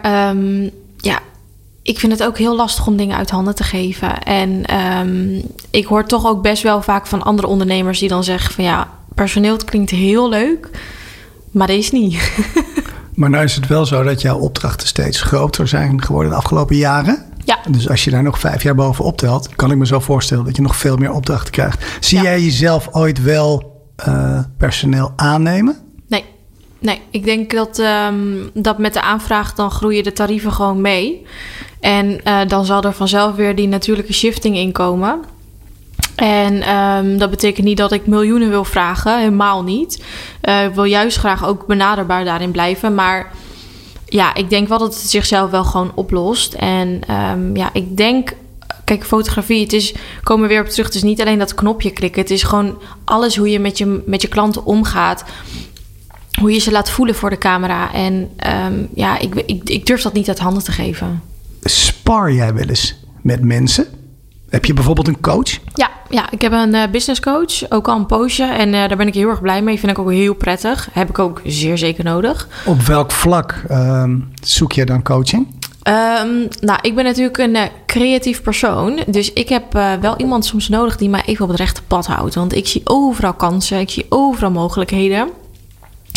Speaker 4: ik vind het ook heel lastig om dingen uit handen te geven. En ik hoor toch ook best wel vaak van andere ondernemers... die dan zeggen van ja, personeel, het klinkt heel leuk... maar dat is niet.
Speaker 3: Maar nou is het wel zo dat jouw opdrachten steeds groter zijn geworden de afgelopen jaren.
Speaker 4: Ja.
Speaker 3: Dus als je daar nog 5 jaar bovenop telt... kan ik me zo voorstellen dat je nog veel meer opdrachten krijgt. Zie jij jezelf ooit wel personeel aannemen?
Speaker 4: Nee, ik denk dat met de aanvraag... dan groeien de tarieven gewoon mee. En dan zal er vanzelf weer die natuurlijke shifting inkomen... En dat betekent niet dat ik miljoenen wil vragen. Helemaal niet. Ik wil juist graag ook benaderbaar daarin blijven. Maar ja, ik denk wel dat het zichzelf wel gewoon oplost. En ik denk... Kijk, fotografie, komen we weer op terug. Het is niet alleen dat knopje klikken. Het is gewoon alles hoe je met je klanten omgaat. Hoe je ze laat voelen voor de camera. En ik durf dat niet uit handen te geven.
Speaker 3: Spar jij wel eens met mensen? Heb je bijvoorbeeld een coach?
Speaker 4: Ja, ik heb een business coach, ook al een poosje. En daar ben ik heel erg blij mee. Vind ik ook heel prettig. Heb ik ook zeer zeker nodig.
Speaker 3: Op welk vlak zoek je dan coaching?
Speaker 4: Ik ben natuurlijk een creatief persoon. Dus ik heb wel iemand soms nodig die mij even op het rechte pad houdt. Want ik zie overal kansen. Ik zie overal mogelijkheden.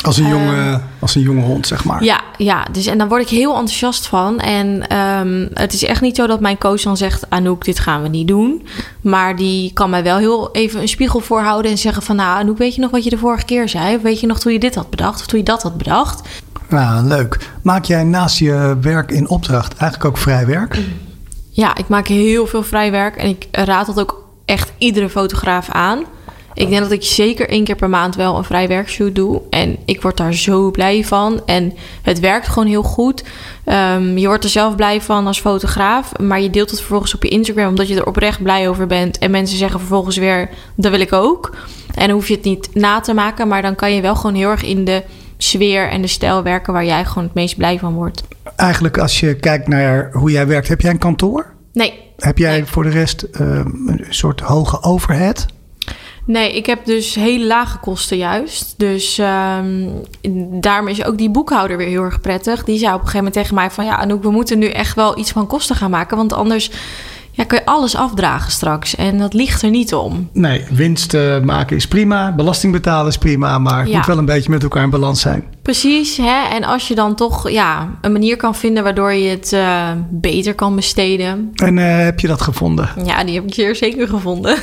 Speaker 1: Als een jonge hond, zeg maar.
Speaker 4: Ja, dus, en daar word ik heel enthousiast van. En het is echt niet zo dat mijn coach dan zegt... Anouk, dit gaan we niet doen. Maar die kan mij wel heel even een spiegel voorhouden... en zeggen van, nou, Anouk, weet je nog wat je de vorige keer zei? Of weet je nog toen je dit had bedacht? Of toen je dat had bedacht?
Speaker 1: Nou, leuk. Maak jij naast je werk in opdracht eigenlijk ook vrij werk?
Speaker 4: Ja, ik maak heel veel vrij werk. En ik raad dat ook echt iedere fotograaf aan... Ik denk dat ik zeker 1 keer per maand wel een vrij werkshoot doe. En ik word daar zo blij van. En het werkt gewoon heel goed. Je wordt er zelf blij van als fotograaf. Maar je deelt het vervolgens op je Instagram... omdat je er oprecht blij over bent. En mensen zeggen vervolgens weer, dat wil ik ook. En dan hoef je het niet na te maken. Maar dan kan je wel gewoon heel erg in de sfeer en de stijl werken... waar jij gewoon het meest blij van wordt.
Speaker 1: Eigenlijk als je kijkt naar hoe jij werkt... heb jij een kantoor?
Speaker 4: Nee.
Speaker 1: Heb jij voor de rest een soort hoge overhead?
Speaker 4: Nee, ik heb dus hele lage kosten juist. Dus daarom is ook die boekhouder weer heel erg prettig. Die zei op een gegeven moment tegen mij van... ja, Anouk, we moeten nu echt wel iets van kosten gaan maken. Want anders kun je alles afdragen straks. En dat ligt er niet om. Nee,
Speaker 1: winst maken is prima. Belasting betalen is prima. Maar het moet wel een beetje met elkaar in balans zijn.
Speaker 4: Precies. Hè? En als je dan toch een manier kan vinden... waardoor je het beter kan besteden.
Speaker 1: En heb je dat gevonden?
Speaker 4: Ja, die heb ik zeer zeker gevonden.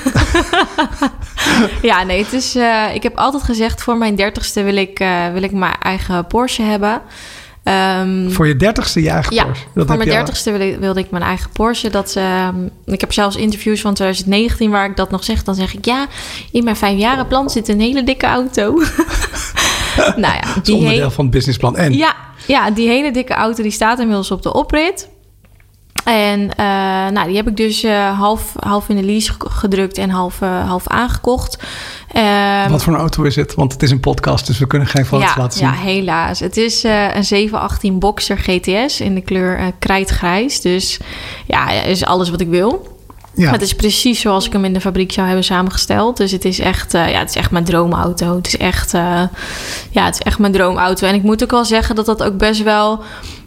Speaker 4: Ja, nee, het is... ik heb altijd gezegd... voor mijn 30ste wil ik mijn eigen Porsche hebben...
Speaker 1: voor je 30ste je eigen Porsche?
Speaker 4: Ja, voor mijn 30ste wilde ik mijn eigen Porsche. Ik heb zelfs interviews van 2019 waar ik dat nog zeg. Dan zeg ik, ja, in mijn 5-jarenplan zit een hele dikke auto.
Speaker 1: Nou ja, dat is onderdeel van het businessplan. En?
Speaker 4: Ja, die hele dikke auto die staat inmiddels op de oprit. En die heb ik dus half in de lease gedrukt en half aangekocht.
Speaker 1: Wat voor een auto is het? Want het is een podcast, dus we kunnen geen foto's laten zien.
Speaker 4: Ja, helaas. Het is een 718 Boxer GTS in de kleur krijtgrijs. Dus ja, is alles wat ik wil. Ja. Het is precies zoals ik hem in de fabriek zou hebben samengesteld. Dus het is echt, het is echt mijn droomauto. Het is echt mijn droomauto. En ik moet ook wel zeggen dat dat ook best wel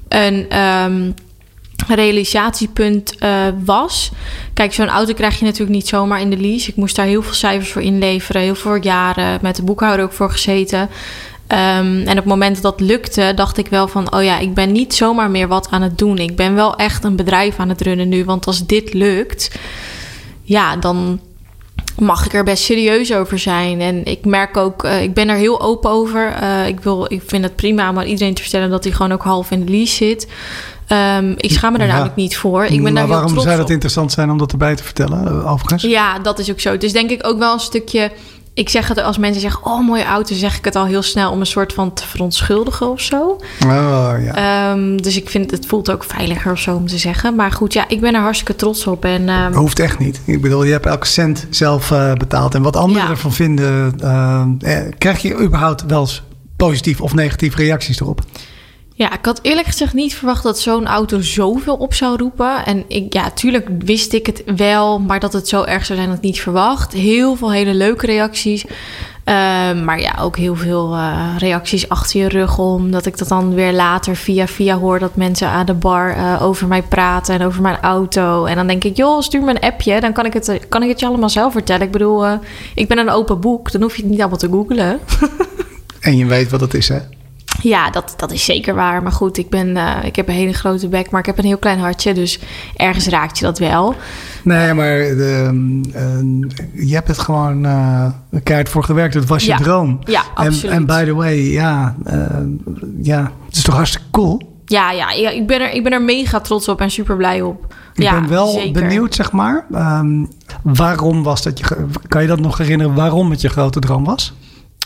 Speaker 4: een realisatiepunt was. Kijk, zo'n auto krijg je natuurlijk niet zomaar in de lease. Ik moest daar heel veel cijfers voor inleveren. Heel veel jaren met de boekhouder ook voor gezeten. En op het moment dat dat lukte, dacht ik wel van... ik ben niet zomaar meer wat aan het doen. Ik ben wel echt een bedrijf aan het runnen nu. Want als dit lukt, dan mag ik er best serieus over zijn. En ik merk ook, ik ben er heel open over. Ik vind het prima om aan iedereen te vertellen dat hij gewoon ook half in de lease zit. Ik schaam me daar namelijk niet voor. Ik ben daar heel trots op.
Speaker 1: Waarom zou dat interessant zijn om dat erbij te vertellen, overigens?
Speaker 4: Ja, dat is ook zo. Het is denk ik ook wel een stukje... Ik zeg het als mensen zeggen, oh, mooie auto, zeg ik het al heel snel om een soort van te verontschuldigen of zo.
Speaker 1: Oh, ja.
Speaker 4: Dus ik vind het voelt ook veiliger of zo om te zeggen. Maar goed, ik ben er hartstikke trots op. En,
Speaker 1: hoeft echt niet. Ik bedoel, je hebt elke cent zelf betaald. En wat anderen ervan vinden, krijg je überhaupt wel eens positieve of negatieve reacties erop?
Speaker 4: Ja, ik had eerlijk gezegd niet verwacht dat zo'n auto zoveel op zou roepen. En tuurlijk wist ik het wel, maar dat het zo erg zou zijn had ik niet verwacht. Heel veel hele leuke reacties. Maar ook heel veel reacties achter je rug om. Dat ik dat dan weer later via hoor dat mensen aan de bar over mij praten en over mijn auto. En dan denk ik, joh, stuur me een appje. Dan kan ik het je allemaal zelf vertellen. Ik bedoel, ik ben een open boek. Dan hoef je het niet allemaal te googlen.
Speaker 1: En je weet wat het is, hè?
Speaker 4: Ja, dat is zeker waar. Maar goed, ik heb een hele grote bek, maar ik heb een heel klein hartje. Dus ergens raakt je dat wel.
Speaker 1: Nee, maar je hebt het gewoon keihard voor gewerkt. Het was je droom.
Speaker 4: Ja, absoluut.
Speaker 1: En by the way, het is toch hartstikke cool?
Speaker 4: Ja, ik ben er mega trots op en super blij op.
Speaker 1: Ik ben wel benieuwd, zeg maar. Waarom was dat kan je dat nog herinneren waarom het je grote droom was?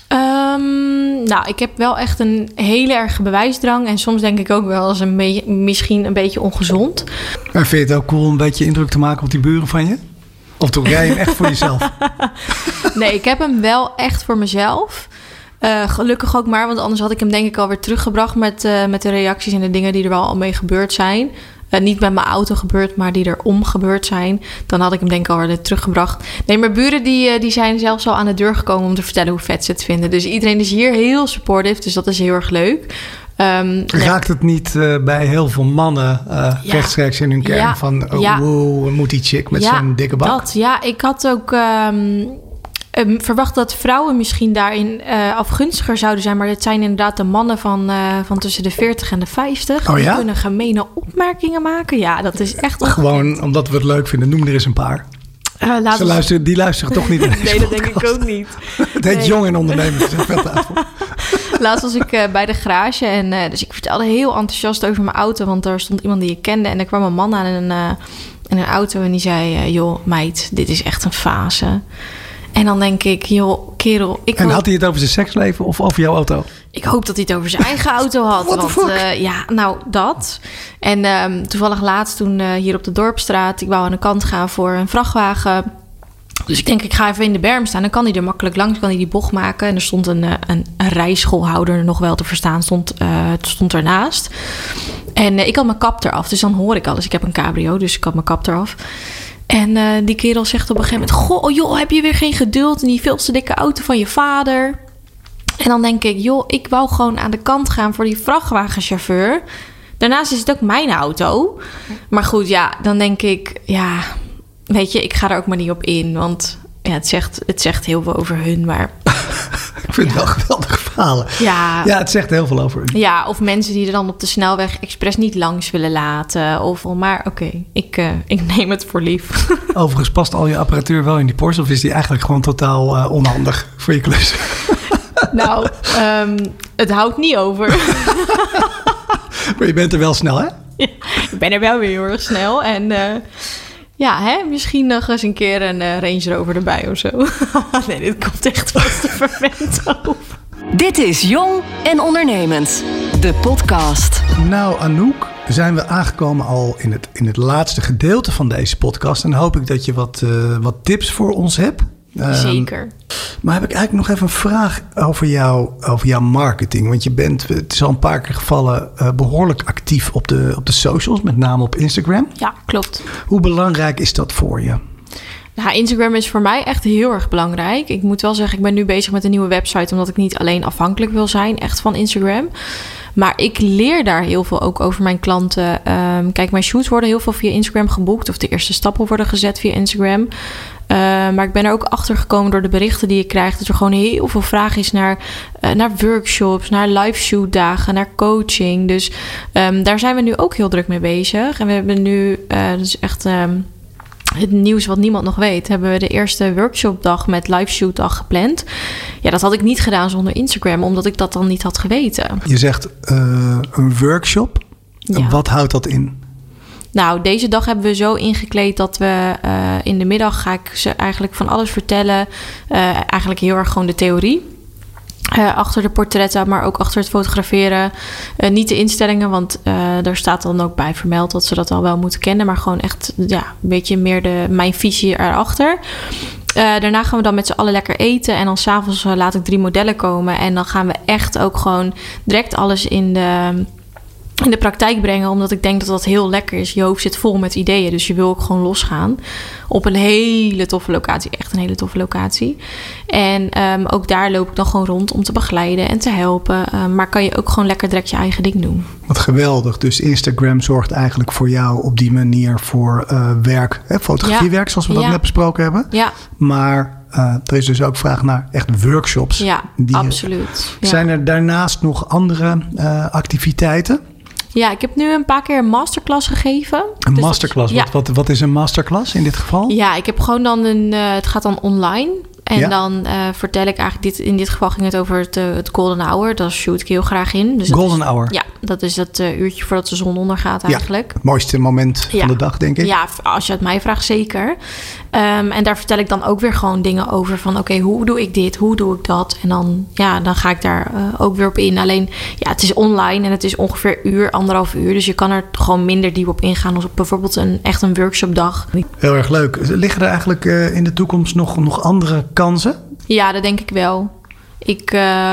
Speaker 4: Ik heb wel echt een hele erge bewijsdrang. En soms denk ik ook wel eens misschien een beetje ongezond.
Speaker 1: En vind je het ook cool om een beetje indruk te maken op die buren van je? Of doe jij hem echt voor jezelf?
Speaker 4: Nee, ik heb hem wel echt voor mezelf. Gelukkig ook maar, want anders had ik hem denk ik alweer teruggebracht met de reacties en de dingen die er wel al mee gebeurd zijn. Niet met mijn auto gebeurd, maar die erom gebeurd zijn. Dan had ik hem denk ik alweer teruggebracht. Nee, mijn buren die zijn zelfs al aan de deur gekomen om te vertellen hoe vet ze het vinden. Dus iedereen is hier heel supportive, dus dat is heel erg leuk.
Speaker 1: Raakt het niet bij heel veel mannen rechtstreeks in hun kern van... wow, moet die chick met zo'n dikke bak?
Speaker 4: Ik had ook... verwacht dat vrouwen misschien daarin afgunstiger zouden zijn. Maar het zijn inderdaad de mannen van tussen de 40 en de 50. Die kunnen gemene opmerkingen maken. Ja, dat is echt
Speaker 3: gewoon omdat we het leuk vinden. Noem er eens een paar. Die luisteren toch niet in deze
Speaker 4: Nee, dat
Speaker 3: podcast.
Speaker 4: denk ik ook niet.
Speaker 3: Het heet Jong en Ondernemend.
Speaker 4: Laatst was ik bij de garage en dus ik vertelde heel enthousiast over mijn auto. Want er stond iemand die ik kende en er kwam een man aan in een auto en die zei... joh, meid, dit is echt een fase. En dan denk ik, joh, kerel...
Speaker 3: Had hij het over zijn seksleven of over jouw auto?
Speaker 4: Ik hoop dat hij het over zijn eigen auto had.
Speaker 3: What the fuck?
Speaker 4: Dat. En toevallig laatst toen hier op de Dorpsstraat... ik wou aan de kant gaan voor een vrachtwagen. Dus ik denk, ik ga even in de berm staan. Dan kan hij er makkelijk langs, kan hij die bocht maken. En er stond een rijschoolhouder nog wel te verstaan. Stond ernaast. En ik had mijn kap eraf, dus dan hoor ik alles. Ik heb een cabrio, dus ik had mijn kap eraf. En die kerel zegt op een gegeven moment... Goh, joh, heb je weer geen geduld in die veel te dikke auto van je vader? En dan denk ik, joh, ik wou gewoon aan de kant gaan voor die vrachtwagenchauffeur. Daarnaast is het ook mijn auto. Maar goed, ja, dan denk ik, ja, weet je, ik ga er ook maar niet op in. Want ja, het zegt heel veel over hun, maar...
Speaker 3: Ik vind het wel geweldige verhalen. Ja, het zegt heel veel over hun.
Speaker 4: Ja, of mensen die er dan op de snelweg expres niet langs willen laten. Maar oké, ik neem het voor lief.
Speaker 3: Overigens, past al je apparatuur wel in die Porsche... of is die eigenlijk gewoon totaal onhandig voor je klus?
Speaker 4: Nou, het houdt niet over.
Speaker 3: Maar je bent er wel snel, hè?
Speaker 4: Ja, ik ben er wel weer heel erg snel. En misschien nog eens een keer een Range Rover erbij of zo. Nee, dit komt echt wel te verwend over.
Speaker 2: Dit is Jong en Ondernemend, de podcast.
Speaker 3: Nou, Anouk, zijn we aangekomen al in het laatste gedeelte van deze podcast. En hoop ik dat je wat tips voor ons hebt.
Speaker 4: Zeker.
Speaker 3: Maar heb ik eigenlijk nog even een vraag over jouw marketing. Want het is al een paar keer gevallen, behoorlijk actief op de socials, met name op Instagram.
Speaker 4: Ja, klopt.
Speaker 3: Hoe belangrijk is dat voor je?
Speaker 4: Nou, Instagram is voor mij echt heel erg belangrijk. Ik moet wel zeggen, ik ben nu bezig met een nieuwe website... omdat ik niet alleen afhankelijk wil zijn, echt van Instagram. Maar ik leer daar heel veel ook over mijn klanten. Kijk, mijn shoots worden heel veel via Instagram geboekt... of de eerste stappen worden gezet via Instagram... maar ik ben er ook achter gekomen door de berichten die ik krijg... dat er gewoon heel veel vraag is naar workshops, naar live shootdagen, naar coaching. Dus daar zijn we nu ook heel druk mee bezig. En we hebben nu, dat is echt het nieuws wat niemand nog weet... hebben we de eerste workshopdag met live shootdag gepland. Ja, dat had ik niet gedaan zonder Instagram... omdat ik dat dan niet had geweten.
Speaker 3: Je zegt een workshop. Ja. Wat houdt dat in?
Speaker 4: Nou, deze dag hebben we zo ingekleed dat we in de middag ga ik ze eigenlijk van alles vertellen. Eigenlijk heel erg gewoon de theorie. Achter de portretten, maar ook achter het fotograferen. Niet de instellingen, want daar staat dan ook bij vermeld dat ze dat al wel moeten kennen. Maar gewoon echt een beetje meer mijn visie erachter. Daarna gaan we dan met z'n allen lekker eten. En dan 's avonds laat ik 3 modellen komen. En dan gaan we echt ook gewoon direct alles in de praktijk brengen, omdat ik denk dat dat heel lekker is. Je hoofd zit vol met ideeën, dus je wil ook gewoon losgaan op een hele toffe locatie. Echt een hele toffe locatie. En ook daar loop ik dan gewoon rond om te begeleiden en te helpen. Maar kan je ook gewoon lekker direct je eigen ding doen.
Speaker 3: Wat geweldig. Dus Instagram zorgt eigenlijk voor jou op die manier voor werk, fotografiewerk, zoals we dat net besproken hebben.
Speaker 4: Ja.
Speaker 3: Maar er is dus ook vraag naar echt workshops.
Speaker 4: Ja, absoluut. Ja.
Speaker 3: Zijn er daarnaast nog andere activiteiten?
Speaker 4: Ja, ik heb nu een paar keer een masterclass gegeven.
Speaker 3: Een masterclass? Wat is een masterclass in dit geval?
Speaker 4: Ja, ik heb gewoon dan het gaat dan online. En dan vertel ik eigenlijk in dit geval ging het over het golden hour. Daar shoot ik heel graag in. Dus
Speaker 3: golden hour?
Speaker 4: Ja, dat is het uurtje voordat de zon ondergaat eigenlijk.
Speaker 3: Het mooiste moment van de dag, denk ik.
Speaker 4: Ja, als je het mij vraagt, zeker. En daar vertel ik dan ook weer gewoon dingen over van... oké, hoe doe ik dit? Hoe doe ik dat? En dan ga ik daar ook weer op in. Alleen, het is online en het is ongeveer 1,5 uur. Dus je kan er gewoon minder diep op ingaan... als op bijvoorbeeld een workshopdag.
Speaker 3: Heel erg leuk. Liggen er eigenlijk in de toekomst nog andere kansen?
Speaker 4: Ja, dat denk ik wel. Ik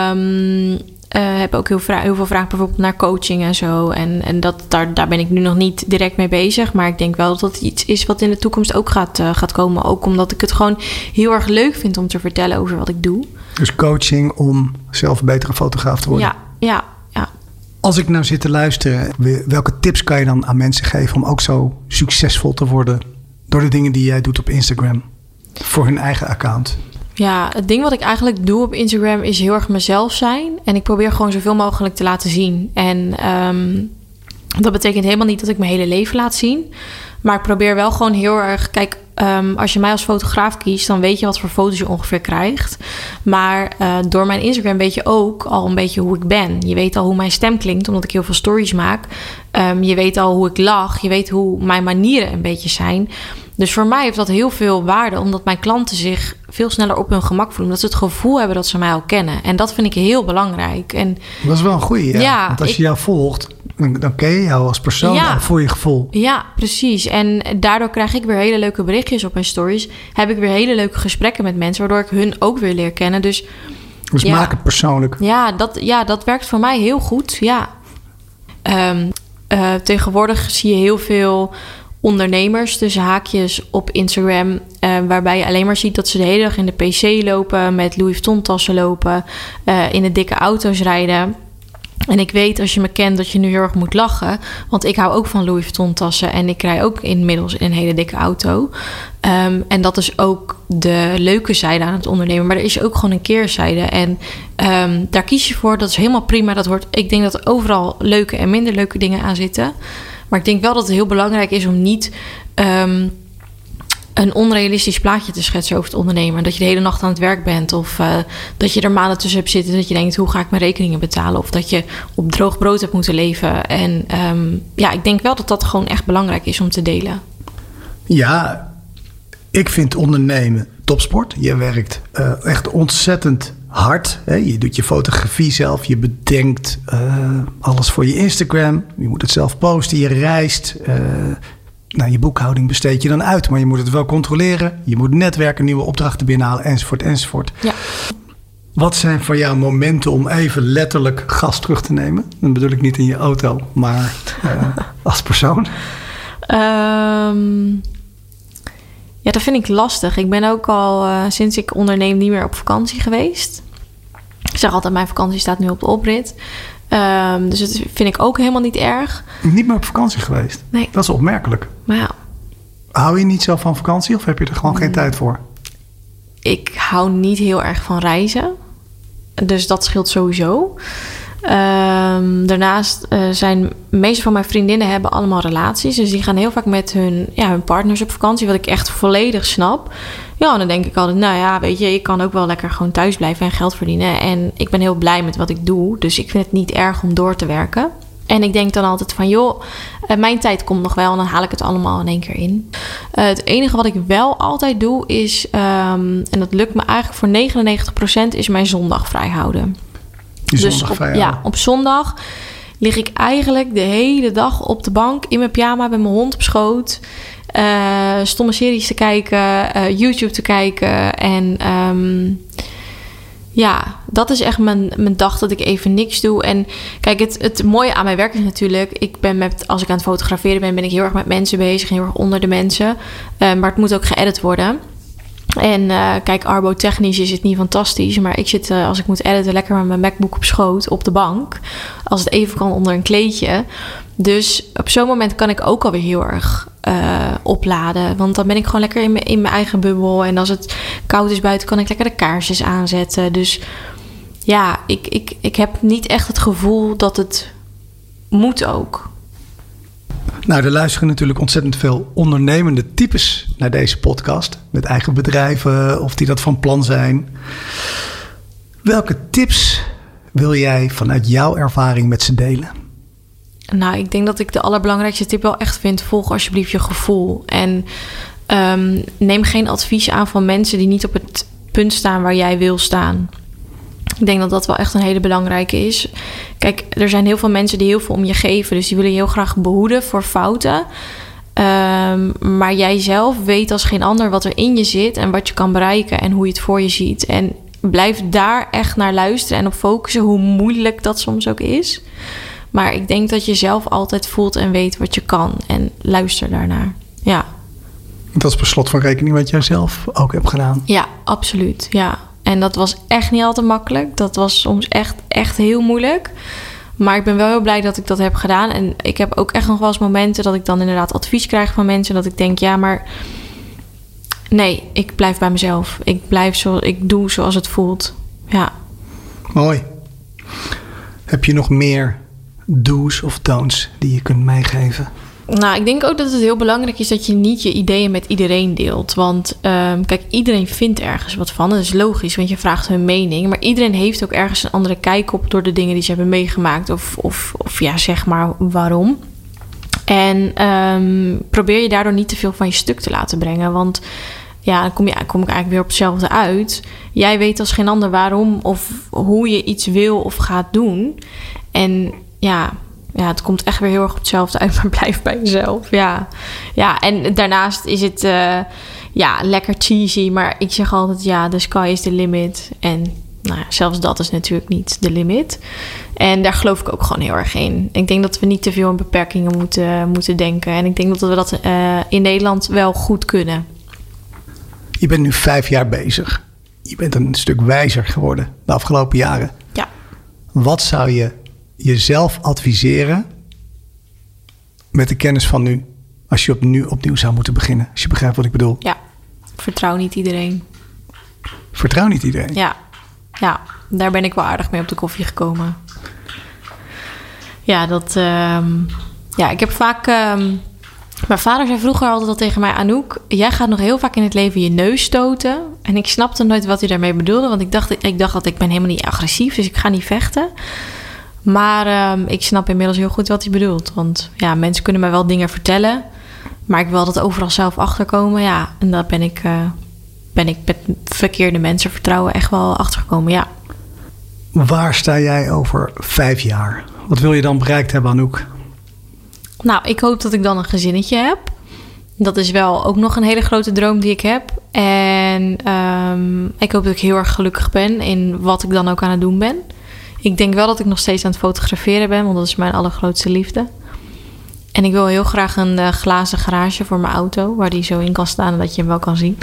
Speaker 4: heb ook heel veel vragen bijvoorbeeld naar coaching en zo. En daar ben ik nu nog niet direct mee bezig. Maar ik denk wel dat dat iets is wat in de toekomst ook gaat komen. Ook omdat ik het gewoon heel erg leuk vind om te vertellen over wat ik doe.
Speaker 3: Dus coaching om zelf een betere fotograaf te worden?
Speaker 4: Ja.
Speaker 3: Als ik nou zit te luisteren, welke tips kan je dan aan mensen geven om ook zo succesvol te worden door de dingen die jij doet op Instagram voor hun eigen account?
Speaker 4: Ja, het ding wat ik eigenlijk doe op Instagram is heel erg mezelf zijn. En ik probeer gewoon zoveel mogelijk te laten zien. En dat betekent helemaal niet dat ik mijn hele leven laat zien. Maar ik probeer wel gewoon heel erg... Kijk, als je mij als fotograaf kiest, dan weet je wat voor foto's je ongeveer krijgt. Maar door mijn Instagram weet je ook al een beetje hoe ik ben. Je weet al hoe mijn stem klinkt, omdat ik heel veel stories maak. Je weet al hoe ik lach. Je weet hoe mijn manieren een beetje zijn. Dus voor mij heeft dat heel veel waarde, omdat mijn klanten zich veel sneller op hun gemak voelen. Omdat ze het gevoel hebben dat ze mij al kennen. En dat vind ik heel belangrijk. En
Speaker 1: dat is wel een goeie,
Speaker 4: ja.
Speaker 1: Want als je jou volgt, dan ken je jou als persoon voor je gevoel.
Speaker 4: Ja, precies. En daardoor krijg ik weer hele leuke berichtjes op mijn stories. Heb ik weer hele leuke gesprekken met mensen, waardoor ik hun ook weer leer kennen. Dus
Speaker 1: maak het persoonlijk.
Speaker 4: Ja, dat werkt voor mij heel goed, ja. Tegenwoordig zie je heel veel ondernemers, tussen haakjes, op Instagram, waarbij je alleen maar ziet dat ze de hele dag in de PC lopen, met Louis Vuitton tassen lopen, in de dikke auto's rijden. En ik weet, als je me kent, dat je nu heel erg moet lachen, want ik hou ook van Louis Vuitton tassen en ik rij ook inmiddels in een hele dikke auto. En dat is ook de leuke zijde aan het ondernemen, maar er is ook gewoon een keerzijde. En daar kies je voor, dat is helemaal prima. Ik denk dat er overal leuke en minder leuke dingen aan zitten. Maar ik denk wel dat het heel belangrijk is om niet een onrealistisch plaatje te schetsen over het ondernemen. Dat je de hele nacht aan het werk bent. Of dat je er maanden tussen hebt zitten. Dat je denkt, hoe ga ik mijn rekeningen betalen? Of dat je op droog brood hebt moeten leven. En ik denk wel dat dat gewoon echt belangrijk is om te delen.
Speaker 1: Ja, ik vind ondernemen topsport. Je werkt echt ontzettend hard. Hè? Je doet je fotografie zelf. Je bedenkt alles voor je Instagram. Je moet het zelf posten. Je reist. Je boekhouding besteed je dan uit. Maar je moet het wel controleren. Je moet netwerken, nieuwe opdrachten binnenhalen, enzovoort, enzovoort. Ja. Wat zijn voor jou momenten om even letterlijk gas terug te nemen? Dan bedoel ik niet in je auto, maar als persoon.
Speaker 4: Ja, dat vind ik lastig. Ik ben ook al sinds ik onderneem niet meer op vakantie geweest. Ik zeg altijd, mijn vakantie staat nu op de oprit. Dus dat vind ik ook helemaal niet erg.
Speaker 1: Niet meer op vakantie geweest?
Speaker 4: Nee.
Speaker 1: Dat is opmerkelijk.
Speaker 4: Maar ja.
Speaker 1: Hou je niet zo van vakantie of heb je er gewoon geen tijd voor?
Speaker 4: Ik hou niet heel erg van reizen. Dus dat scheelt sowieso. Daarnaast zijn de meeste van mijn vriendinnen hebben allemaal relaties. Dus die gaan heel vaak met hun partners op vakantie. Wat ik echt volledig snap. Ja, en dan denk ik altijd, weet je, ik kan ook wel lekker gewoon thuis blijven en geld verdienen. En ik ben heel blij met wat ik doe. Dus ik vind het niet erg om door te werken. En ik denk dan altijd van, mijn tijd komt nog wel en dan haal ik het allemaal in één keer in. Het enige wat ik wel altijd doe is, en dat lukt me eigenlijk voor 99%, is mijn zondag vrij houden. Op zondag lig ik eigenlijk de hele dag op de bank in mijn pyjama met mijn hond op schoot. Stomme series te kijken, YouTube te kijken. En dat is echt mijn dag dat ik even niks doe. En kijk, het mooie aan mijn werk is natuurlijk, als ik aan het fotograferen ben ik heel erg met mensen bezig, heel erg onder de mensen. Maar het moet ook geëdit worden. En kijk, arbotechnisch is het niet fantastisch. Maar ik zit, als ik moet editen, lekker met mijn MacBook op schoot op de bank. Als het even kan onder een kleedje. Dus op zo'n moment kan ik ook alweer heel erg opladen. Want dan ben ik gewoon lekker in mijn eigen bubbel. En als het koud is buiten, kan ik lekker de kaarsjes aanzetten. Dus ja, ik heb niet echt het gevoel dat het moet ook.
Speaker 1: Nou, er luisteren natuurlijk ontzettend veel ondernemende types naar deze podcast. Met eigen bedrijven of die dat van plan zijn. Welke tips wil jij vanuit jouw ervaring met ze delen?
Speaker 4: Nou, ik denk dat ik de allerbelangrijkste tip wel echt vind. Volg alsjeblieft je gevoel. En neem geen advies aan van mensen die niet op het punt staan waar jij wil staan. Ik denk dat dat wel echt een hele belangrijke is. Kijk, er zijn heel veel mensen die heel veel om je geven. Dus die willen je heel graag behoeden voor fouten. Maar jij zelf weet als geen ander wat er in je zit en wat je kan bereiken en hoe je het voor je ziet. En blijf daar echt naar luisteren en op focussen, hoe moeilijk dat soms ook is. Maar ik denk dat je zelf altijd voelt en weet wat je kan. En luister daarnaar. Ja.
Speaker 1: Dat is per slot van rekening wat jij zelf ook hebt gedaan.
Speaker 4: Ja, absoluut. Ja. En dat was echt niet altijd makkelijk. Dat was soms echt heel moeilijk. Maar ik ben wel heel blij dat ik dat heb gedaan. En ik heb ook echt nog wel eens momenten dat ik dan inderdaad advies krijg van mensen. Dat ik denk, ja, maar Nee, ik blijf bij mezelf. Ik doe zoals het voelt. Ja.
Speaker 1: Mooi. Heb je nog meer do's of don'ts die je kunt meegeven?
Speaker 4: Nou, ik denk ook dat het heel belangrijk is dat je niet je ideeën met iedereen deelt. Want kijk, iedereen vindt ergens wat van. Dat is logisch, want je vraagt hun mening. Maar iedereen heeft ook ergens een andere kijk op door de dingen die ze hebben meegemaakt. Of ja, zeg maar waarom. En probeer je daardoor niet te veel van je stuk te laten brengen. Want ja, dan kom ik eigenlijk weer op hetzelfde uit. Jij weet als geen ander waarom of hoe je iets wil of gaat doen. En ja, het komt echt weer heel erg op hetzelfde uit, maar blijf bij jezelf. Ja, en daarnaast is het lekker cheesy. Maar ik zeg altijd, the sky is the limit. En nou ja, zelfs dat is natuurlijk niet de limit. En daar geloof ik ook gewoon heel erg in. Ik denk dat we niet te veel aan beperkingen moeten denken. En ik denk dat we dat in Nederland wel goed kunnen.
Speaker 1: Je bent nu 5 jaar bezig. Je bent een stuk wijzer geworden de afgelopen jaren.
Speaker 4: Ja.
Speaker 1: Wat zou je jezelf adviseren met de kennis van nu, als je opnieuw zou moeten beginnen? Als je begrijpt wat ik bedoel.
Speaker 4: Ja, vertrouw niet iedereen.
Speaker 1: Vertrouw niet iedereen?
Speaker 4: Ja, daar ben ik wel aardig mee op de koffie gekomen. Ja, ik heb vaak... mijn vader zei vroeger altijd al tegen mij, Anouk, jij gaat nog heel vaak in het leven je neus stoten. En ik snapte nooit wat hij daarmee bedoelde, want ik dacht dat ik ben helemaal niet agressief, dus ik ga niet vechten. Maar ik snap inmiddels heel goed wat hij bedoelt. Want ja, mensen kunnen mij wel dingen vertellen, maar ik wil dat overal zelf achterkomen. Ja, en daar ben ik met verkeerde mensen vertrouwen echt wel achtergekomen, ja.
Speaker 1: Waar sta jij over 5 jaar? Wat wil je dan bereikt hebben, Anouk?
Speaker 4: Nou, ik hoop dat ik dan een gezinnetje heb. Dat is wel ook nog een hele grote droom die ik heb. En ik hoop dat ik heel erg gelukkig ben in wat ik dan ook aan het doen ben. Ik denk wel dat ik nog steeds aan het fotograferen ben, want dat is mijn allergrootste liefde. En ik wil heel graag een glazen garage voor mijn auto, waar die zo in kan staan en dat je hem wel kan zien.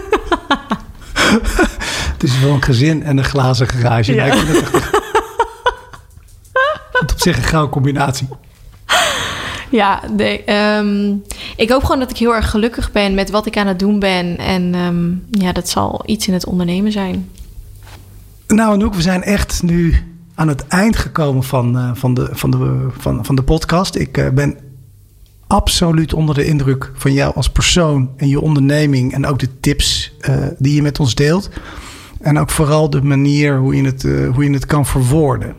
Speaker 1: Het is wel een gezin en een glazen garage. Ja. Het op zich een gouden combinatie.
Speaker 4: Ja, ik hoop gewoon dat ik heel erg gelukkig ben met wat ik aan het doen ben. En dat zal iets in het ondernemen zijn.
Speaker 1: Nou, Anouk, we zijn echt nu aan het eind gekomen van de podcast. Ik ben absoluut onder de indruk van jou als persoon en je onderneming. En ook de tips die je met ons deelt. En ook vooral de manier hoe je het kan verwoorden.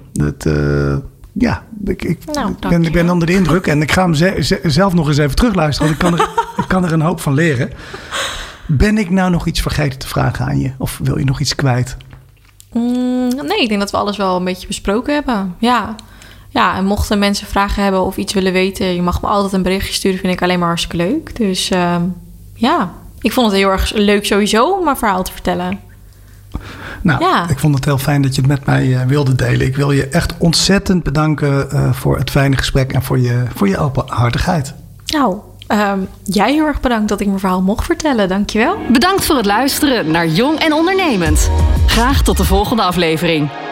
Speaker 1: Ik ben onder de indruk en ik ga hem zelf nog eens even terugluisteren. Want ik kan er een hoop van leren. Ben ik nou nog iets vergeten te vragen aan je? Of wil je nog iets kwijt?
Speaker 4: Nee, ik denk dat we alles wel een beetje besproken hebben. Ja, en mochten mensen vragen hebben of iets willen weten, je mag me altijd een berichtje sturen. Vind ik alleen maar hartstikke leuk. Dus ik vond het heel erg leuk sowieso om mijn verhaal te vertellen.
Speaker 1: Nou, ik vond het heel fijn dat je het met mij wilde delen. Ik wil je echt ontzettend bedanken voor het fijne gesprek en voor je openhartigheid.
Speaker 4: Nou, jij heel erg bedankt dat ik mijn verhaal mocht vertellen. Dankjewel.
Speaker 2: Bedankt voor het luisteren naar Jong en Ondernemend. Graag tot de volgende aflevering.